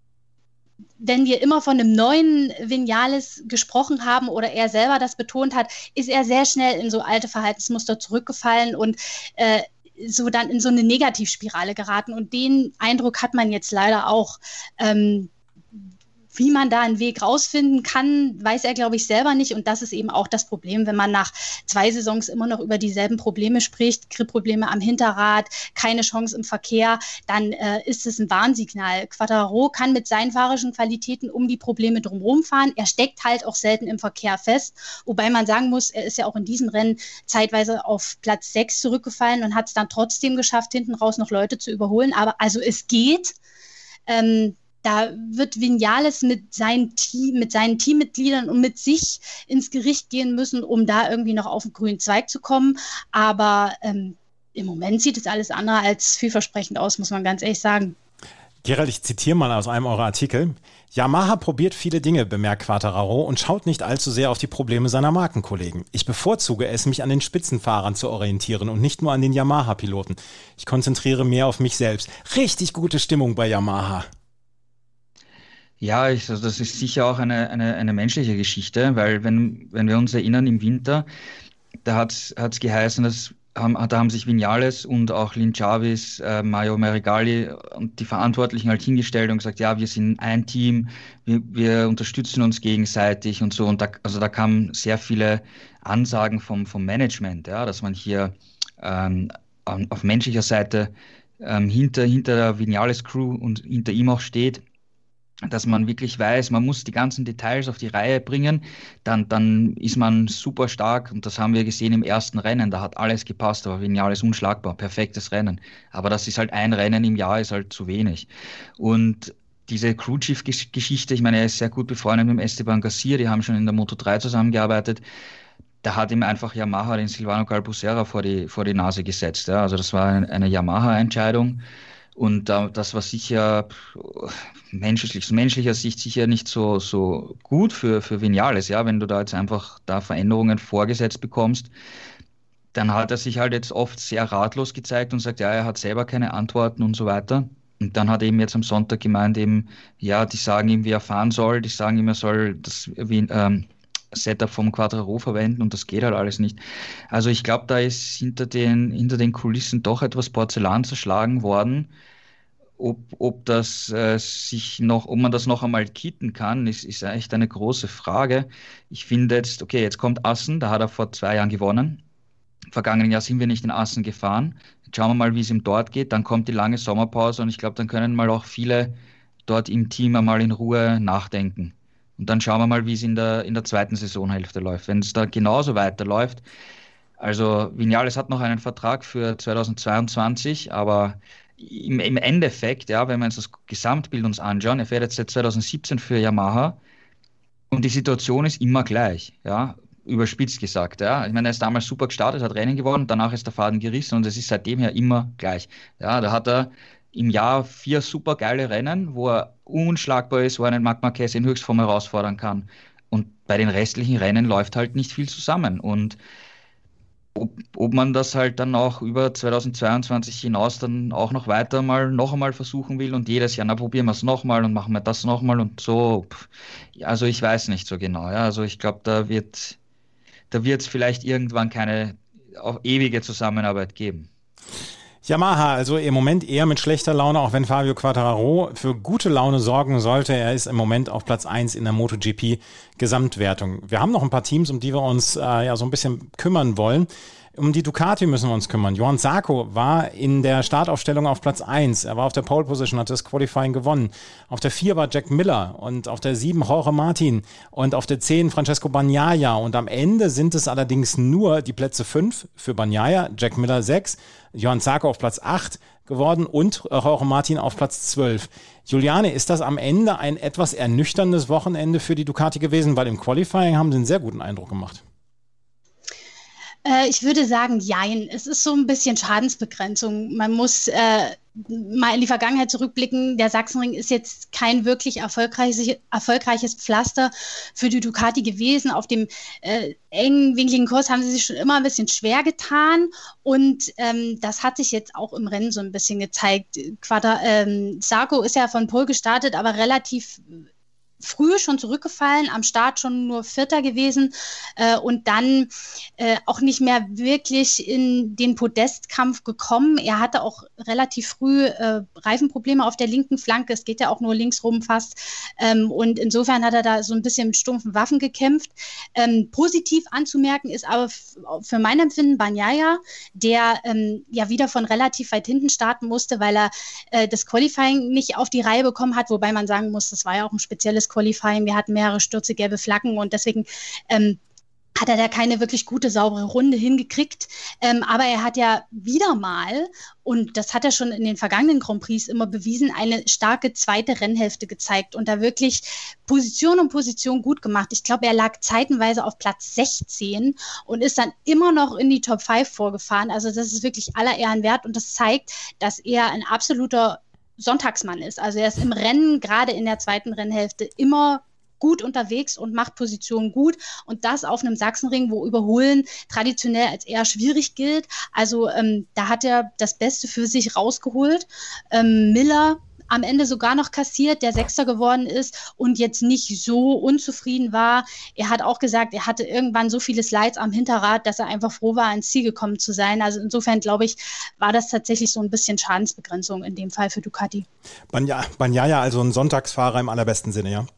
S3: wenn wir immer von einem neuen Vinales gesprochen haben oder er selber das betont hat, ist er sehr schnell in so alte Verhaltensmuster zurückgefallen und äh, so dann in so eine Negativspirale geraten. Und den Eindruck hat man jetzt leider auch. Ähm, Wie man da einen Weg rausfinden kann, weiß er, glaube ich, selber nicht. Und das ist eben auch das Problem, wenn man nach zwei Saisons immer noch über dieselben Probleme spricht, Gripprobleme am Hinterrad, keine Chance im Verkehr, dann äh, ist es ein Warnsignal. Quartararo kann mit seinen fahrerischen Qualitäten um die Probleme drumherum fahren. Er steckt halt auch selten im Verkehr fest. Wobei man sagen muss, er ist ja auch in diesem Rennen zeitweise auf Platz sechs zurückgefallen und hat es dann trotzdem geschafft, hinten raus noch Leute zu überholen. Aber also es geht. Ähm, Da wird Vinales mit seinem Team, mit seinen Teammitgliedern und mit sich ins Gericht gehen müssen, um da irgendwie noch auf den grünen Zweig zu kommen. Aber ähm, im Moment sieht es alles andere als vielversprechend aus, muss man ganz ehrlich sagen.
S2: Gerald, ich zitiere mal aus einem eurer Artikel. Yamaha probiert viele Dinge, bemerkt Quartararo, und schaut nicht allzu sehr auf die Probleme seiner Markenkollegen. Ich bevorzuge es, mich an den Spitzenfahrern zu orientieren und nicht nur an den Yamaha-Piloten. Ich konzentriere mehr auf mich selbst. Richtig gute Stimmung bei Yamaha.
S4: Ja, ich, also das ist sicher auch eine, eine, eine menschliche Geschichte, weil wenn, wenn wir uns erinnern, im Winter, da hat es geheißen, dass haben, da haben sich Vinales und auch Lin Chavis, äh, Mario Meregali und die Verantwortlichen halt hingestellt und gesagt, ja, wir sind ein Team, wir, wir unterstützen uns gegenseitig und so. Und da, also da kamen sehr viele Ansagen vom, vom Management, ja, dass man hier ähm, auf menschlicher Seite ähm, hinter, hinter der Vinales-Crew und hinter ihm auch steht, dass man wirklich weiß, man muss die ganzen Details auf die Reihe bringen, dann, dann ist man super stark und das haben wir gesehen im ersten Rennen, da hat alles gepasst, aber Vinales unschlagbar, perfektes Rennen. Aber das ist halt ein Rennen im Jahr, ist halt zu wenig. Und diese Crew-Chief-Geschichte, ich meine, er ist sehr gut befreundet mit dem Esteban Garcia, die haben schon in der Moto drei zusammengearbeitet. da hat ihm einfach Yamaha den Silvano Galbusera vor die, vor die Nase gesetzt. Ja. Also das war eine, eine Yamaha-Entscheidung. Und äh, das war sicher menschlich, aus menschlicher Sicht sicher nicht so, so gut für, für Viñales, ja, wenn du da jetzt einfach da Veränderungen vorgesetzt bekommst. Dann hat er sich halt jetzt oft sehr ratlos gezeigt und sagt, ja, er hat selber keine Antworten und so weiter. Und dann hat er eben jetzt am Sonntag gemeint, eben, ja, die sagen ihm, wie er fahren soll, die sagen ihm, er soll das wie, ähm, Setup vom Quadraro verwenden und das geht halt alles nicht. Also ich glaube, da ist hinter den, hinter den Kulissen doch etwas Porzellan zerschlagen worden. Ob, ob das äh, sich noch, ob man das noch einmal kitten kann, ist, ist echt eine große Frage. Ich finde jetzt, okay, jetzt kommt Assen, da hat er vor zwei Jahren gewonnen. Im vergangenen Jahr sind wir nicht in Assen gefahren. Jetzt schauen wir mal, wie es ihm dort geht. Dann kommt die lange Sommerpause und ich glaube, dann können mal auch viele dort im Team einmal in Ruhe nachdenken. Und dann schauen wir mal, wie es in der, in der zweiten Saisonhälfte läuft. Wenn es da genauso weiterläuft, also Viñales hat noch einen Vertrag für zweitausendzweiundzwanzig, aber im, im Endeffekt, ja, wenn wir uns das Gesamtbild uns anschauen, er fährt jetzt seit zweitausendsiebzehn für Yamaha und die Situation ist immer gleich, ja, überspitzt gesagt, ja. Ich meine, er ist damals super gestartet, hat Rennen gewonnen, danach ist der Faden gerissen und es ist seitdem her immer gleich. Ja, da hat er im Jahr vier super geile Rennen, wo er unschlagbar ist, wo er einen Marc Marquez in Höchstform herausfordern kann. Und bei den restlichen Rennen läuft halt nicht viel zusammen. Und ob, ob man das halt dann auch über zweitausendzweiundzwanzig hinaus dann auch noch weiter mal, noch einmal versuchen will und jedes Jahr, na probieren wir es nochmal und machen wir das nochmal und so. Also ich weiß nicht so genau. Ja. Also ich glaube, da wird da wird es vielleicht irgendwann keine auch ewige Zusammenarbeit geben.
S2: Yamaha, also im Moment eher mit schlechter Laune, auch wenn Fabio Quartararo für gute Laune sorgen sollte. Er ist im Moment auf Platz eins in der MotoGP-Gesamtwertung. Wir haben noch ein paar Teams, um die wir uns äh, ja so ein bisschen kümmern wollen. Um die Ducati müssen wir uns kümmern. Johann Zarco war in der Startaufstellung auf Platz eins. Er war auf der Pole Position, hat das Qualifying gewonnen. Auf der vier war Jack Miller und auf der sieben Jorge Martin und auf der zehn Francesco Bagnaia. Und am Ende sind es allerdings nur die Plätze fünf für Bagnaia, Jack Miller sechs, Johann Zarco auf Platz acht geworden und Jorge Martin auf Platz zwölf. Juliane, ist das am Ende ein etwas ernüchterndes Wochenende für die Ducati gewesen? Weil im Qualifying haben sie einen sehr guten Eindruck gemacht.
S3: Ich würde sagen, jein. Es ist so ein bisschen Schadensbegrenzung. Man muss äh, mal in die Vergangenheit zurückblicken. Der Sachsenring ist jetzt kein wirklich erfolgreiches, erfolgreiches Pflaster für die Ducati gewesen. Auf dem äh, engen, winkligen Kurs haben sie sich schon immer ein bisschen schwer getan. Und ähm, das hat sich jetzt auch im Rennen so ein bisschen gezeigt. Quadra, ähm, Zarco ist ja von Pole gestartet, aber relativ früh schon zurückgefallen, am Start schon nur Vierter gewesen äh, und dann äh, auch nicht mehr wirklich in den Podestkampf gekommen. Er hatte auch relativ früh äh, Reifenprobleme auf der linken Flanke. Es geht ja auch nur links rum fast. Ähm, und insofern hat er da so ein bisschen mit stumpfen Waffen gekämpft. Ähm, positiv anzumerken ist aber f- für mein Empfinden Bagnaia, der ähm, ja wieder von relativ weit hinten starten musste, weil er äh, das Qualifying nicht auf die Reihe bekommen hat, wobei man sagen muss, das war ja auch ein spezielles Qualifying. Wir hatten mehrere Stürze, gelbe Flaggen und deswegen ähm, hat er da keine wirklich gute, saubere Runde hingekriegt. Ähm, aber er hat ja wieder mal, und das hat er schon in den vergangenen Grand Prix immer bewiesen, eine starke zweite Rennhälfte gezeigt und da wirklich Position um Position gut gemacht. Ich glaube, er lag zeitenweise auf Platz sechzehn und ist dann immer noch in die Top fünf vorgefahren. Also das ist wirklich aller Ehren wert und das zeigt, dass er ein absoluter Sonntagsmann ist. Also er ist im Rennen, gerade in der zweiten Rennhälfte, immer gut unterwegs und macht Positionen gut und das auf einem Sachsenring, wo Überholen traditionell als eher schwierig gilt. Also ähm, da hat er das Beste für sich rausgeholt. Ähm, Miller am Ende sogar noch kassiert, der Sechster geworden ist und jetzt nicht so unzufrieden war. Er hat auch gesagt, er hatte irgendwann so viele Slides am Hinterrad, dass er einfach froh war, ans Ziel gekommen zu sein. Also insofern, glaube ich, war das tatsächlich so ein bisschen Schadensbegrenzung in dem Fall für Ducati.
S2: Bagnaia, also ein Sonntagsfahrer im allerbesten Sinne, ja?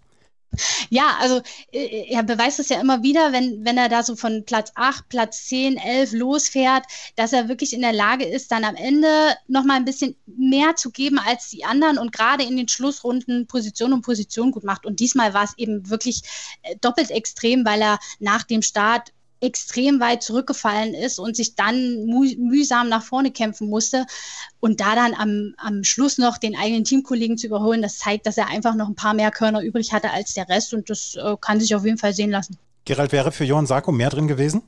S3: Ja, also er beweist es ja immer wieder, wenn, wenn er da so von Platz acht, Platz zehn, elf losfährt, dass er wirklich in der Lage ist, dann am Ende nochmal ein bisschen mehr zu geben als die anderen und gerade in den Schlussrunden Position um Position gut macht. Und diesmal war es eben wirklich doppelt extrem, weil er nach dem Start extrem weit zurückgefallen ist und sich dann müh- mühsam nach vorne kämpfen musste. Und da dann am, am Schluss noch den eigenen Teamkollegen zu überholen, das zeigt, dass er einfach noch ein paar mehr Körner übrig hatte als der Rest und das äh, kann sich auf jeden Fall sehen lassen.
S2: Gerald, wäre für Johann Sarko mehr drin gewesen?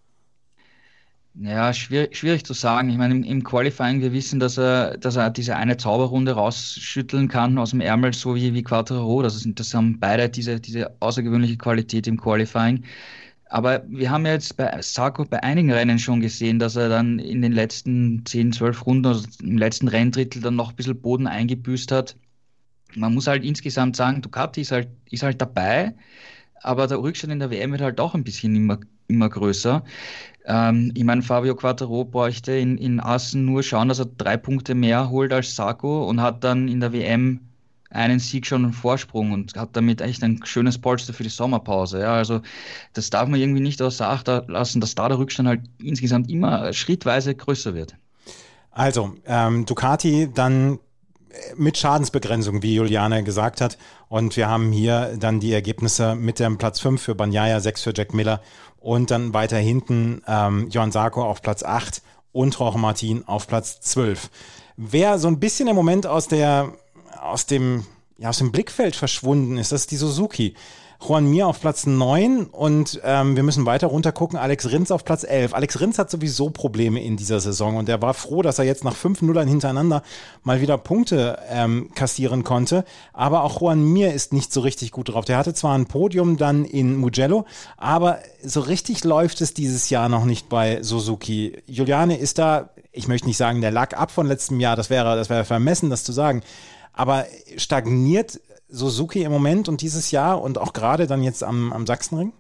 S4: Ja, schwierig, schwierig zu sagen. Ich meine, im, im Qualifying, wir wissen, dass er, dass er diese eine Zauberrunde rausschütteln kann aus dem Ärmel, so wie, wie Quartararo. Das, ist, das haben beide diese, diese außergewöhnliche Qualität im Qualifying. Aber wir haben ja jetzt bei Sarko bei einigen Rennen schon gesehen, dass er dann in den letzten zehn, zwölf Runden, also im letzten Renndrittel dann noch ein bisschen Boden eingebüßt hat. Man muss halt insgesamt sagen, Ducati ist halt, ist halt dabei, aber der Rückstand in der W M wird halt auch ein bisschen immer, immer größer. Ähm, ich meine, Fabio Quartararo bräuchte in, in Assen nur schauen, dass er drei Punkte mehr holt als Sarko und hat dann in der W M einen Sieg schon einen Vorsprung und hat damit echt ein schönes Polster für die Sommerpause. Ja, also das darf man irgendwie nicht außer Acht lassen, dass da der Rückstand halt insgesamt immer schrittweise größer wird.
S2: Also, ähm, Ducati dann mit Schadensbegrenzung, wie Juliane gesagt hat. Und wir haben hier dann die Ergebnisse mit dem Platz fünf für Bagnaia, sechs für Jack Miller und dann weiter hinten ähm, Johann Sarko auf Platz acht und Jorge Martin auf Platz zwölf. Wer so ein bisschen im Moment aus der aus dem, ja, aus dem Blickfeld verschwunden ist, das ist die Suzuki. Joan Mir auf Platz neun und ähm, wir müssen weiter runter gucken, Alex Rins auf Platz elf. Alex Rins hat sowieso Probleme in dieser Saison und er war froh, dass er jetzt nach fünf Nullern hintereinander mal wieder Punkte ähm, kassieren konnte, aber auch Joan Mir ist nicht so richtig gut drauf. Der hatte zwar ein Podium dann in Mugello, aber so richtig läuft es dieses Jahr noch nicht bei Suzuki. Juliane, ist da, ich möchte nicht sagen, der Lack ab von letztem Jahr, das wäre, das wäre vermessen, das zu sagen, aber stagniert Suzuki im Moment und dieses Jahr und auch gerade dann jetzt am, am Sachsenring?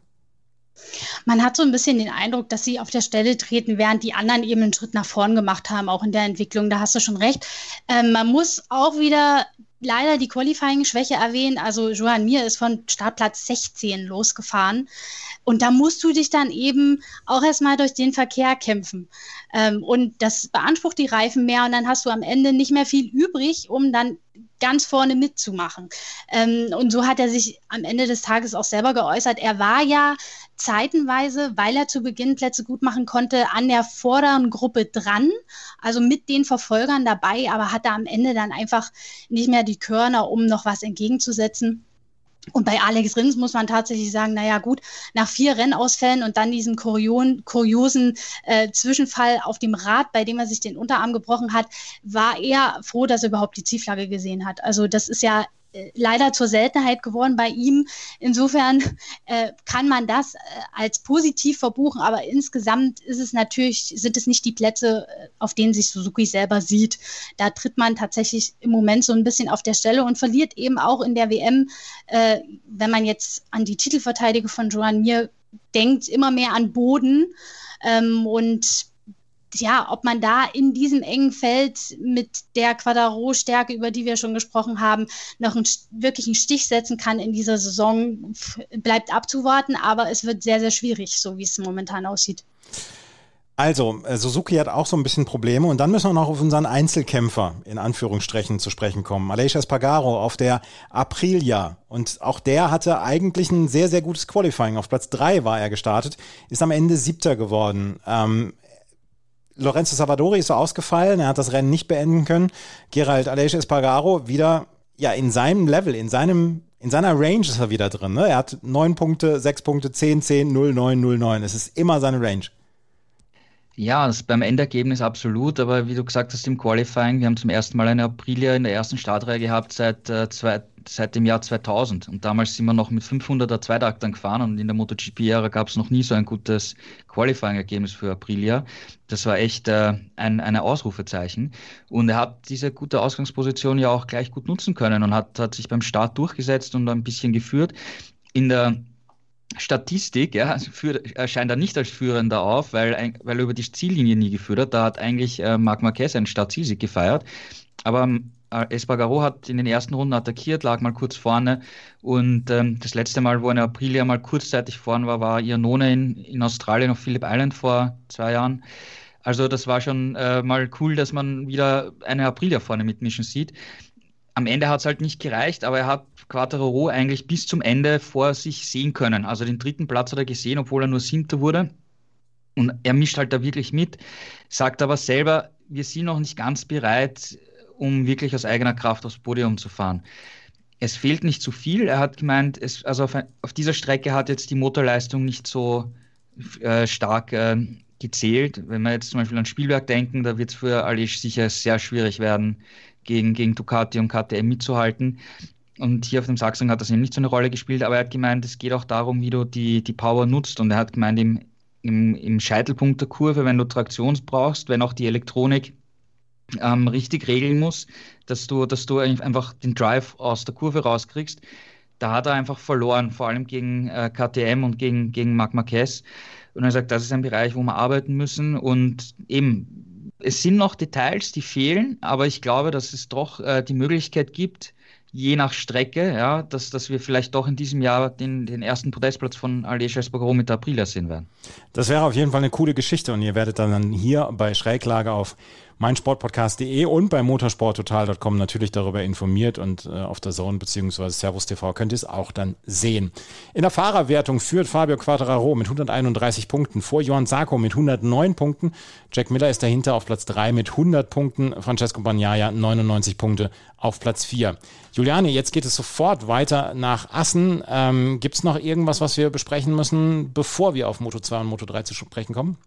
S3: Man hat so ein bisschen den Eindruck, dass sie auf der Stelle treten, während die anderen eben einen Schritt nach vorn gemacht haben, auch in der Entwicklung. Da hast du schon recht. Ähm, man muss auch wieder leider die Qualifying-Schwäche erwähnen. Also Joan Mir ist von Startplatz sechzehn losgefahren. Und da musst du dich dann eben auch erstmal durch den Verkehr kämpfen. Ähm, und das beansprucht die Reifen mehr und dann hast du am Ende nicht mehr viel übrig, um dann ganz vorne mitzumachen. Ähm, und so hat er sich am Ende des Tages auch selber geäußert. Er war ja zeitenweise, weil er zu Beginn Plätze gut machen konnte, an der vorderen Gruppe dran, also mit den Verfolgern dabei, aber hatte am Ende dann einfach nicht mehr die Körner, um noch was entgegenzusetzen. Und bei Alex Rins muss man tatsächlich sagen, naja gut, nach vier Rennausfällen und dann diesem kurion, kuriosen äh, Zwischenfall auf dem Rad, bei dem er sich den Unterarm gebrochen hat, war er froh, dass er überhaupt die Zielflagge gesehen hat. Also das ist ja äh, leider zur Seltenheit geworden bei ihm. Insofern äh, kann man das äh, als positiv verbuchen, aber insgesamt ist es natürlich, sind es nicht die Plätze, auf denen sich Suzuki selber sieht. Da tritt man tatsächlich im Moment so ein bisschen auf der Stelle und verliert eben auch in der W M, äh, wenn man jetzt an die Titelverteidigung von Joan Mir denkt, immer mehr an Boden. Ähm, und ja, ob man da in diesem engen Feld mit der Quartararo-Stärke, über die wir schon gesprochen haben, noch einen, wirklich einen Stich setzen kann in dieser Saison, bleibt abzuwarten, aber es wird sehr, sehr schwierig, so wie es momentan aussieht.
S2: Also, Suzuki hat auch so ein bisschen Probleme und dann müssen wir noch auf unseren Einzelkämpfer in Anführungsstrichen zu sprechen kommen. Aleix Espargaro auf der Aprilia und auch der hatte eigentlich ein sehr, sehr gutes Qualifying. Auf Platz drei war er gestartet, ist am Ende Siebter geworden. Ähm, Lorenzo Savadori ist so ausgefallen, er hat das Rennen nicht beenden können. Gerald, Aleix Espargaro wieder ja in seinem Level, in seinem in seiner Range ist er wieder drin. Ne? Er hat neun Punkte, sechs Punkte, zehn, zehn, null, neun, null, neun. Es ist immer seine Range.
S4: Ja, das ist beim Endergebnis absolut, aber wie du gesagt hast im Qualifying, wir haben zum ersten Mal eine Aprilia in der ersten Startreihe gehabt seit, äh, zwei, seit dem Jahr zweitausend und damals sind wir noch mit fünfhunderter Zweitaktern gefahren und in der MotoGP-Ära gab es noch nie so ein gutes Qualifying-Ergebnis für Aprilia. Das war echt äh, ein eine Ausrufezeichen und er hat diese gute Ausgangsposition ja auch gleich gut nutzen können und hat, hat sich beim Start durchgesetzt und ein bisschen geführt. In der Statistik, ja, führt, erscheint er nicht als Führender auf, weil, weil er über die Ziellinie nie geführt hat. Da hat eigentlich äh, Marc Marquez einen Startzielsieg gefeiert. Aber äh, Espargaro hat in den ersten Runden attackiert, lag mal kurz vorne. Und ähm, das letzte Mal, wo eine Aprilia mal kurzzeitig vorne war, war Iannone in, in Australien auf Phillip Island vor zwei Jahren. Also das war schon äh, mal cool, dass man wieder eine Aprilia vorne mitmischen sieht. Am Ende hat es halt nicht gereicht, aber er hat Quartararo eigentlich bis zum Ende vor sich sehen können. Also den dritten Platz hat er gesehen, obwohl er nur Siebter wurde. Und er mischt halt da wirklich mit, sagt aber selber, wir sind noch nicht ganz bereit, um wirklich aus eigener Kraft aufs Podium zu fahren. es fehlt nicht zu viel. Er hat gemeint, es, also auf, auf dieser Strecke hat jetzt die Motorleistung nicht so äh, stark äh, gezählt. Wenn wir jetzt zum Beispiel an Spielberg denken, da wird es für Aleix sicher sehr schwierig werden, gegen, gegen Ducati und K T M mitzuhalten. Und hier auf dem Sachsenring hat das eben nicht so eine Rolle gespielt, aber er hat gemeint, es geht auch darum, wie du die, die Power nutzt. Und er hat gemeint, im, im, im Scheitelpunkt der Kurve, wenn du Traktion brauchst, wenn auch die Elektronik ähm, richtig regeln muss, dass du, dass du einfach den Drive aus der Kurve rauskriegst, da hat er einfach verloren, vor allem gegen äh, K T M und gegen, gegen Marc Marquez. Und er sagt, das ist ein Bereich, wo wir arbeiten müssen. Und eben, es sind noch Details, die fehlen, aber ich glaube, dass es doch äh, die Möglichkeit gibt, je nach Strecke, ja, dass, dass wir vielleicht doch in diesem Jahr den, den ersten Podestplatz von Aleix Espargaro mit der Aprilia sehen werden.
S2: Das wäre auf jeden Fall eine coole Geschichte und ihr werdet dann hier bei Schräglage auf meinsportpodcast punkt de und bei motorsporttotal punkt com natürlich darüber informiert und äh, auf der Zone bzw. Servus T V könnt ihr es auch dann sehen. In der Fahrerwertung führt Fabio Quartararo mit hunderteinunddreißig Punkten vor Johann Zarco mit hundertneun Punkten. Jack Miller ist dahinter auf Platz drei mit hundert Punkten. Francesco Bagnaia neunundneunzig Punkte auf Platz vier. Juliane, jetzt geht es sofort weiter nach Assen. Ähm, gibt es noch irgendwas, was wir besprechen müssen, bevor wir auf Moto zwei und Moto drei zu sprechen kommen?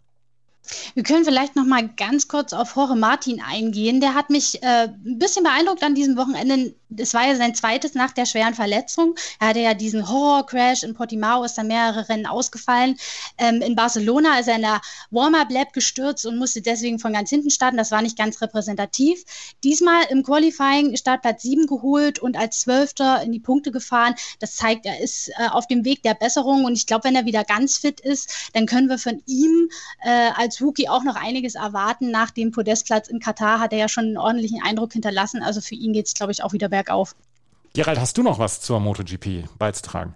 S3: Wir können vielleicht noch mal ganz kurz auf Jorge Martin eingehen. Der hat mich äh, ein bisschen beeindruckt an diesem Wochenende. Es war ja sein zweites nach der schweren Verletzung. Er hatte ja diesen Horror-Crash in Portimao, ist dann mehrere Rennen ausgefallen. Ähm, in Barcelona ist er in der Warm-Up-Lap gestürzt und musste deswegen von ganz hinten starten. Das war nicht ganz repräsentativ. Diesmal im Qualifying Startplatz sieben geholt und als Zwölfter in die Punkte gefahren. Das zeigt, er ist äh, auf dem Weg der Besserung. Und ich glaube, wenn er wieder ganz fit ist, dann können wir von ihm äh, als Rookie auch noch einiges erwarten. Nach dem Podestplatz in Katar hat er ja schon einen ordentlichen Eindruck hinterlassen. Also für ihn geht es, glaube ich, auch wieder bergauf.
S2: Gerald, hast du noch was zur MotoGP beizutragen?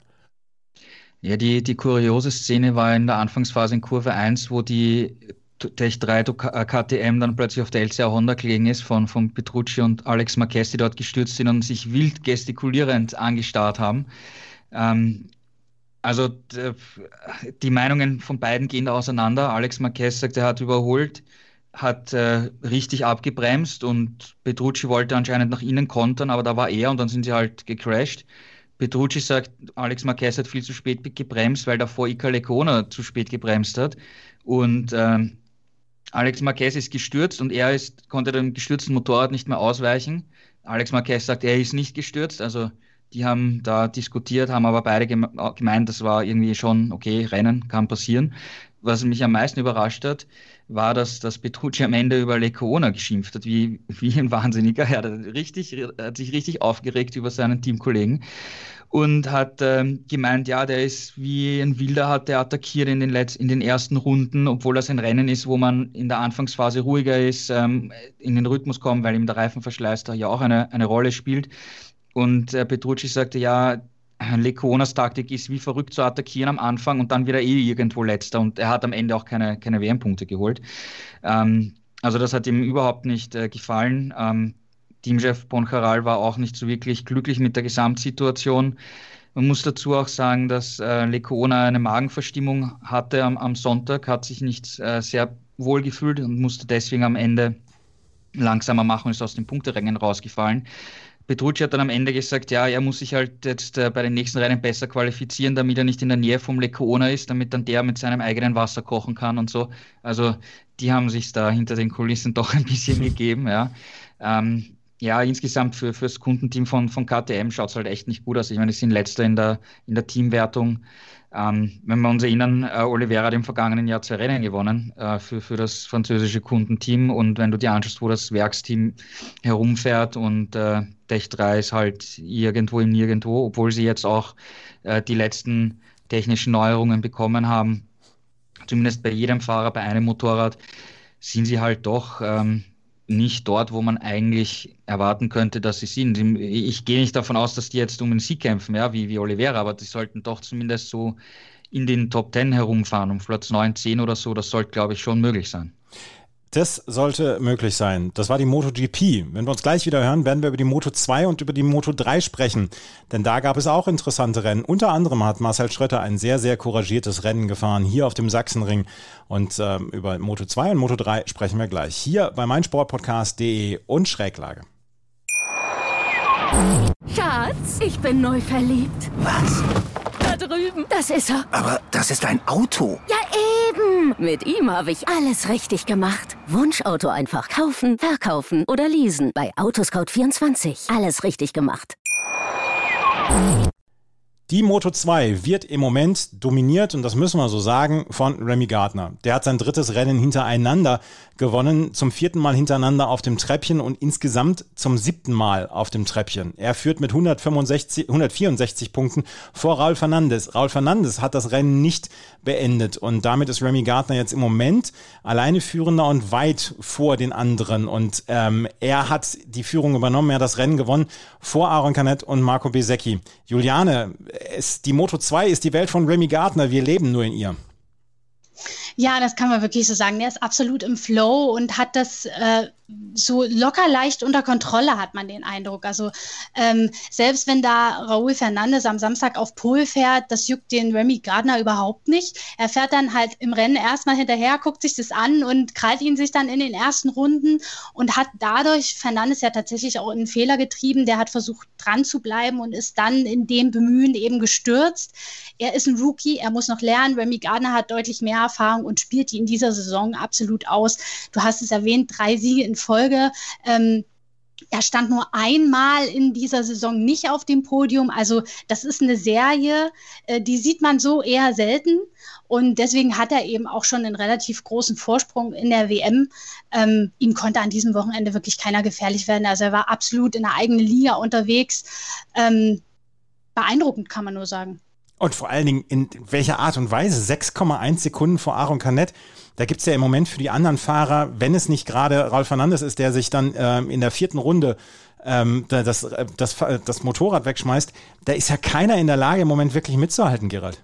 S4: Ja, die, die kuriose Szene war in der Anfangsphase in Kurve eins, wo die Tech drei K T M dann plötzlich auf der L C A Honda gelegen ist von, von Petrucci und Alex Marquez, die dort gestürzt sind und sich wild gestikulierend angestarrt haben. Ähm, Also die Meinungen von beiden gehen da auseinander. Alex Marquez sagt, er hat überholt, hat äh, richtig abgebremst und Petrucci wollte anscheinend nach innen kontern, aber da war er und dann sind sie halt gecrashed. Petrucci sagt, Alex Marquez hat viel zu spät gebremst, weil davor Iker Lecuona zu spät gebremst hat. Und äh, Alex Marquez ist gestürzt und er ist, konnte dem gestürzten Motorrad nicht mehr ausweichen. Alex Marquez sagt, er ist nicht gestürzt, also die haben da diskutiert, haben aber beide gemeint, das war irgendwie schon, okay, Rennen kann passieren. Was mich am meisten überrascht hat, war, dass, dass Petrucci am Ende über Lecuona geschimpft hat, wie, wie ein Wahnsinniger. Er hat, richtig, er hat sich richtig aufgeregt über seinen Teamkollegen und hat ähm, gemeint, ja, der ist wie ein Wilder, hat der attackiert in den, Letz-, in den ersten Runden, obwohl das ein Rennen ist, wo man in der Anfangsphase ruhiger ist, ähm, in den Rhythmus kommt, weil ihm der Reifenverschleiß da ja auch eine, eine Rolle spielt. Und äh, Petrucci sagte, ja, Lecuonas Taktik ist wie verrückt zu attackieren am Anfang und dann wieder eh irgendwo letzter. Und er hat am Ende auch keine, keine W M-Punkte geholt. Ähm, also das hat ihm überhaupt nicht äh, gefallen. Ähm, Teamchef Poncharal war auch nicht so wirklich glücklich mit der Gesamtsituation. Man muss dazu auch sagen, dass äh, Lecuona eine Magenverstimmung hatte am, am Sonntag, hat sich nicht äh, sehr wohl gefühlt und musste deswegen am Ende langsamer machen und ist aus den Punkterängen rausgefallen. Petrucci hat dann am Ende gesagt, ja, er muss sich halt jetzt äh, bei den nächsten Rennen besser qualifizieren, damit er nicht in der Nähe vom Lecuona ist, damit dann der mit seinem eigenen Wasser kochen kann und so. Also die haben sich da hinter den Kulissen doch ein bisschen gegeben, ja. Ähm, ja, insgesamt für fürs Kundenteam von, von K T M schaut es halt echt nicht gut aus. Ich meine, die sind Letzter in der, in der Teamwertung. Ähm, wenn wir uns erinnern, äh, Oliveira hat im vergangenen Jahr zwei Rennen gewonnen äh, für, für das französische Kundenteam und wenn du dir anschaust, wo das Werksteam herumfährt und äh, Tech drei ist halt irgendwo im Nirgendwo, obwohl sie jetzt auch äh, die letzten technischen Neuerungen bekommen haben, zumindest bei jedem Fahrer, bei einem Motorrad, sind sie halt doch ähm, nicht dort, wo man eigentlich erwarten könnte, dass sie sind. Ich gehe nicht davon aus, dass die jetzt um den Sieg kämpfen, ja, wie, wie Oliveira, aber die sollten doch zumindest so in den Top Ten herumfahren, um Platz neun, zehn oder so, das sollte, glaube ich, schon möglich sein.
S2: Das sollte möglich sein. Das war die MotoGP. Wenn wir uns gleich wieder hören, werden wir über die Moto zwei und über die Moto drei sprechen. Denn da gab es auch interessante Rennen. Unter anderem hat Marcel Schrötter ein sehr, sehr couragiertes Rennen gefahren, hier auf dem Sachsenring. Und ähm, über Moto zwei und Moto drei sprechen wir gleich. Hier bei meinsportpodcast punkt de und Schräglage.
S5: Schatz, ich bin neu verliebt.
S6: Was?
S5: Da drüben. Das ist er.
S6: Aber das ist ein Auto.
S5: Ja, eben. Mit ihm habe ich alles richtig gemacht. Wunschauto einfach kaufen, verkaufen oder leasen. Bei Autoscout vierundzwanzig. Alles richtig gemacht.
S2: Die Moto zwei wird im Moment dominiert, und das müssen wir so sagen, von Remy Gardner. Der hat sein drittes Rennen hintereinander gewonnen, zum vierten Mal hintereinander auf dem Treppchen und insgesamt zum siebten Mal auf dem Treppchen. Er führt mit hundertfünfundsechzig, hundertvierundsechzig Punkten vor Raul Fernandez. Raul Fernandez hat das Rennen nicht beendet und damit ist Remy Gardner jetzt im Moment alleine Führender und weit vor den anderen. Und ähm, er hat die Führung übernommen, er hat das Rennen gewonnen vor Aron Canet und Marco Bezzecchi. Juliane, es, die Moto zwei ist die Welt von Remy Gardner, wir leben nur in ihr.
S3: Ja, das kann man wirklich so sagen. Der ist absolut im Flow und hat das äh, so locker leicht unter Kontrolle, hat man den Eindruck. Also ähm, selbst wenn da Raúl Fernández am Samstag auf Pole fährt, das juckt den Remy Gardner überhaupt nicht. Er fährt dann halt im Rennen erstmal hinterher, guckt sich das an und krallt ihn sich dann in den ersten Runden und hat dadurch Fernández ja tatsächlich auch einen Fehler getrieben. Der hat versucht, dran zu bleiben und ist dann in dem Bemühen eben gestürzt. Er ist ein Rookie, er muss noch lernen. Remy Gardner hat deutlich mehr Erfahrung und spielt die in dieser Saison absolut aus. Du hast es erwähnt, drei Siege in Folge. Ähm, er stand nur einmal in dieser Saison nicht auf dem Podium. Also das ist eine Serie, äh, die sieht man so eher selten. Und deswegen hat er eben auch schon einen relativ großen Vorsprung in der W M. Ähm, ihm konnte an diesem Wochenende wirklich keiner gefährlich werden. Also er war absolut in der eigenen Liga unterwegs. Ähm, beeindruckend, kann man nur sagen.
S2: Und vor allen Dingen in welcher Art und Weise, sechs Komma eins Sekunden vor Aron Canet. Da gibt es ja im Moment für die anderen Fahrer, wenn es nicht gerade Raul Fernandez ist, der sich dann ähm, in der vierten Runde ähm, das, das, das Motorrad wegschmeißt, da ist ja keiner in der Lage, im Moment wirklich mitzuhalten, Gerald.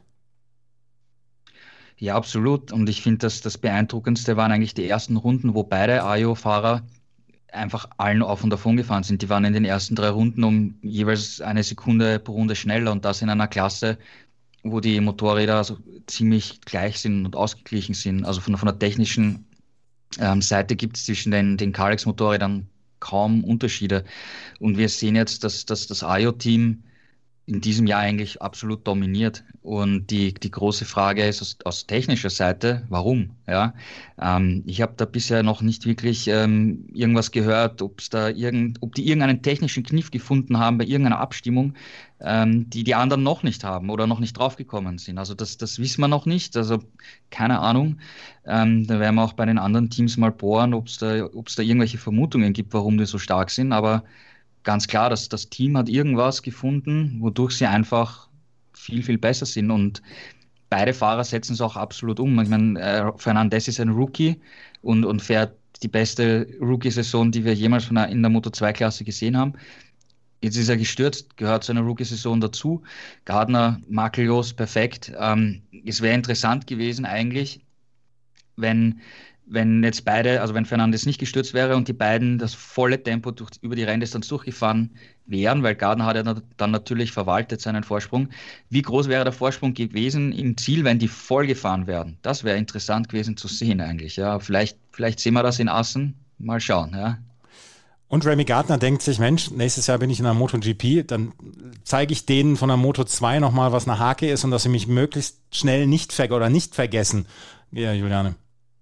S4: Ja, absolut. Und ich finde, dass das Beeindruckendste waren eigentlich die ersten Runden, wo beide A I O-Fahrer einfach allen auf und davon gefahren sind. Die waren in den ersten drei Runden um jeweils eine Sekunde pro Runde schneller und das in einer Klasse, wo die Motorräder also ziemlich gleich sind und ausgeglichen sind. Also von, von der technischen ähm, Seite gibt es zwischen den, den Kalex-Motorrädern kaum Unterschiede. Und wir sehen jetzt, dass, dass das A I O-Team in diesem Jahr eigentlich absolut dominiert. Und die, die große Frage ist aus, aus technischer Seite, warum? Ja, ähm, ich habe da bisher noch nicht wirklich ähm, irgendwas gehört, ob's da irgend, ob die irgendeinen technischen Kniff gefunden haben bei irgendeiner Abstimmung, ähm, die die anderen noch nicht haben oder noch nicht draufgekommen sind. Also das, das wissen wir noch nicht, also keine Ahnung. Ähm, da werden wir auch bei den anderen Teams mal bohren, ob es da, ob's da irgendwelche Vermutungen gibt, warum die so stark sind, aber ganz klar, dass das Team hat irgendwas gefunden, wodurch sie einfach viel, viel besser sind. Und beide Fahrer setzen es auch absolut um. Ich meine, äh, Fernandez ist ein Rookie und, und fährt die beste Rookie-Saison, die wir jemals von einer, in der Moto zwei Klasse gesehen haben. Jetzt ist er gestürzt, gehört zu einer Rookie-Saison dazu. Gardner, makellos, perfekt. Ähm, es wäre interessant gewesen eigentlich, wenn wenn jetzt beide, also wenn Fernandez nicht gestürzt wäre und die beiden das volle Tempo durch, über die Renndistanz durchgefahren wären, weil Gardner hat ja dann natürlich verwaltet seinen Vorsprung. Wie groß wäre der Vorsprung gewesen im Ziel, wenn die voll gefahren wären? Das wäre interessant gewesen zu sehen eigentlich. Ja, vielleicht, vielleicht sehen wir das in Assen. Mal schauen. Ja.
S2: Und Remy Gardner denkt sich, Mensch, nächstes Jahr bin ich in der MotoGP, dann zeige ich denen von der Moto zwei nochmal, was eine Hake ist und dass sie mich möglichst schnell nicht ver- oder nicht vergessen. Ja, Juliane.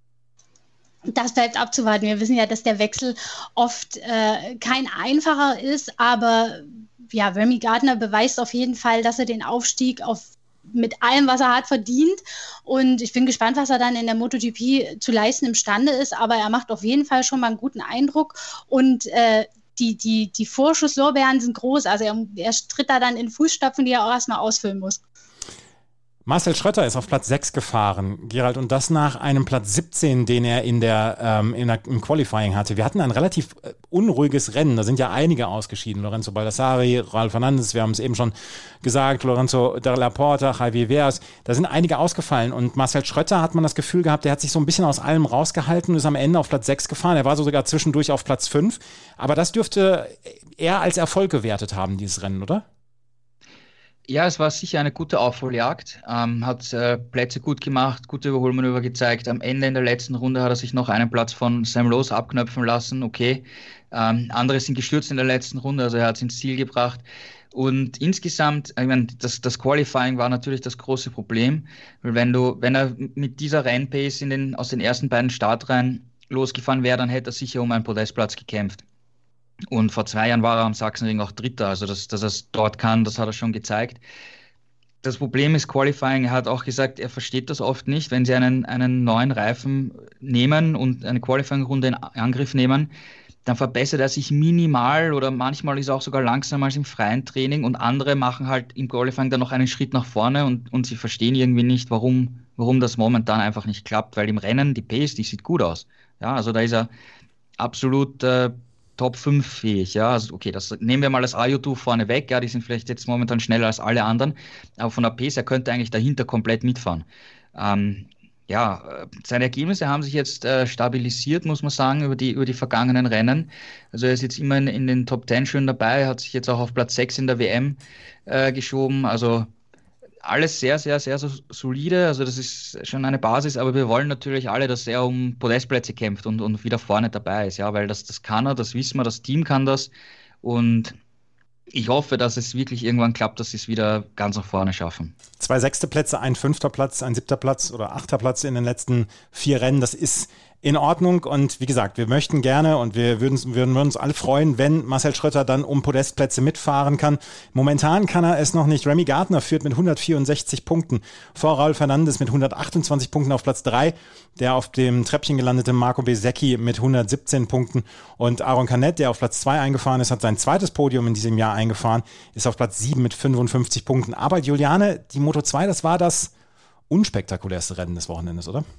S3: Das bleibt abzuwarten. Wir wissen ja, dass der Wechsel oft äh, kein einfacher ist, aber ja, Remy Gardner beweist auf jeden Fall, dass er den Aufstieg auf, mit allem, was er hat, verdient. Und ich bin gespannt, was er dann in der MotoGP zu leisten imstande ist, aber er macht auf jeden Fall schon mal einen guten Eindruck und äh, die, die, die Vorschusslorbeeren sind groß. Also er, er tritt da dann in Fußstapfen, die er auch erstmal ausfüllen muss.
S2: Marcel Schrötter ist auf Platz sechs gefahren, Gerald, und das nach einem Platz siebzehn, den er in der, ähm, in der, im Qualifying hatte. Wir hatten ein relativ äh, unruhiges Rennen, da sind ja einige ausgeschieden. Lorenzo Baldassari, Raul Fernandez, wir haben es eben schon gesagt, Lorenzo de la Porta, Javi Veras, da sind einige ausgefallen und Marcel Schrötter hat man das Gefühl gehabt, der hat sich so ein bisschen aus allem rausgehalten und ist am Ende auf Platz sechs gefahren. Er war so sogar zwischendurch auf Platz fünf, aber das dürfte er als Erfolg gewertet haben, dieses Rennen, oder?
S4: Ja, es war sicher eine gute Aufholjagd, ähm, hat äh, Plätze gut gemacht, gute Überholmanöver gezeigt. Am Ende in der letzten Runde hat er sich noch einen Platz von Sam Lowe abknöpfen lassen, okay. Ähm, andere sind gestürzt in der letzten Runde, also er hat es ins Ziel gebracht. Und insgesamt, ich meine, das, das Qualifying war natürlich das große Problem, weil wenn du, wenn er mit dieser Rennpace in den, aus den ersten beiden Startreihen losgefahren wäre, dann hätte er sicher um einen Podestplatz gekämpft. Und vor zwei Jahren war er am Sachsenring auch Dritter, also dass, dass er es dort kann, das hat er schon gezeigt. Das Problem ist Qualifying, er hat auch gesagt, er versteht das oft nicht, wenn sie einen, einen neuen Reifen nehmen und eine Qualifying-Runde in Angriff nehmen, dann verbessert er sich minimal oder manchmal ist er auch sogar langsamer als im freien Training und andere machen halt im Qualifying dann noch einen Schritt nach vorne und, und sie verstehen irgendwie nicht, warum, warum das momentan einfach nicht klappt, weil im Rennen die Pace, die sieht gut aus. Ja, also da ist er absolut äh, Top fünf fähig, ja, also okay, das nehmen wir mal das A J zwei vorne weg, ja, die sind vielleicht jetzt momentan schneller als alle anderen, aber von der Pace, er könnte eigentlich dahinter komplett mitfahren. Ähm, ja, seine Ergebnisse haben sich jetzt äh, stabilisiert, muss man sagen, über die, über die vergangenen Rennen. Also er ist jetzt immer in, in den Top zehn schön dabei, hat sich jetzt auch auf Platz sechs in der W M äh, geschoben, also alles sehr, sehr, sehr so solide, also das ist schon eine Basis, aber wir wollen natürlich alle, dass er um Podestplätze kämpft und, und wieder vorne dabei ist, ja, weil das, das kann er, das wissen wir, das Team kann das und ich hoffe, dass es wirklich irgendwann klappt, dass sie es wieder ganz nach vorne schaffen.
S2: Zwei sechste Plätze, ein fünfter Platz, ein siebter Platz oder achter Platz in den letzten vier Rennen, das ist in Ordnung und wie gesagt, wir möchten gerne und wir würden, würden uns alle freuen, wenn Marcel Schrötter dann um Podestplätze mitfahren kann. Momentan kann er es noch nicht. Remy Gardner führt mit hundertvierundsechzig Punkten vor Raul Fernandes mit hundertachtundzwanzig Punkten auf Platz drei. Der auf dem Treppchen gelandete Marco Bezzecchi mit hundertsiebzehn Punkten und Aaron Canet, der auf Platz zwei eingefahren ist, hat sein zweites Podium in diesem Jahr eingefahren, ist auf Platz sieben mit fünfundfünfzig Punkten. Aber Juliane, die Moto zwei, das war das unspektakulärste Rennen des Wochenendes, oder?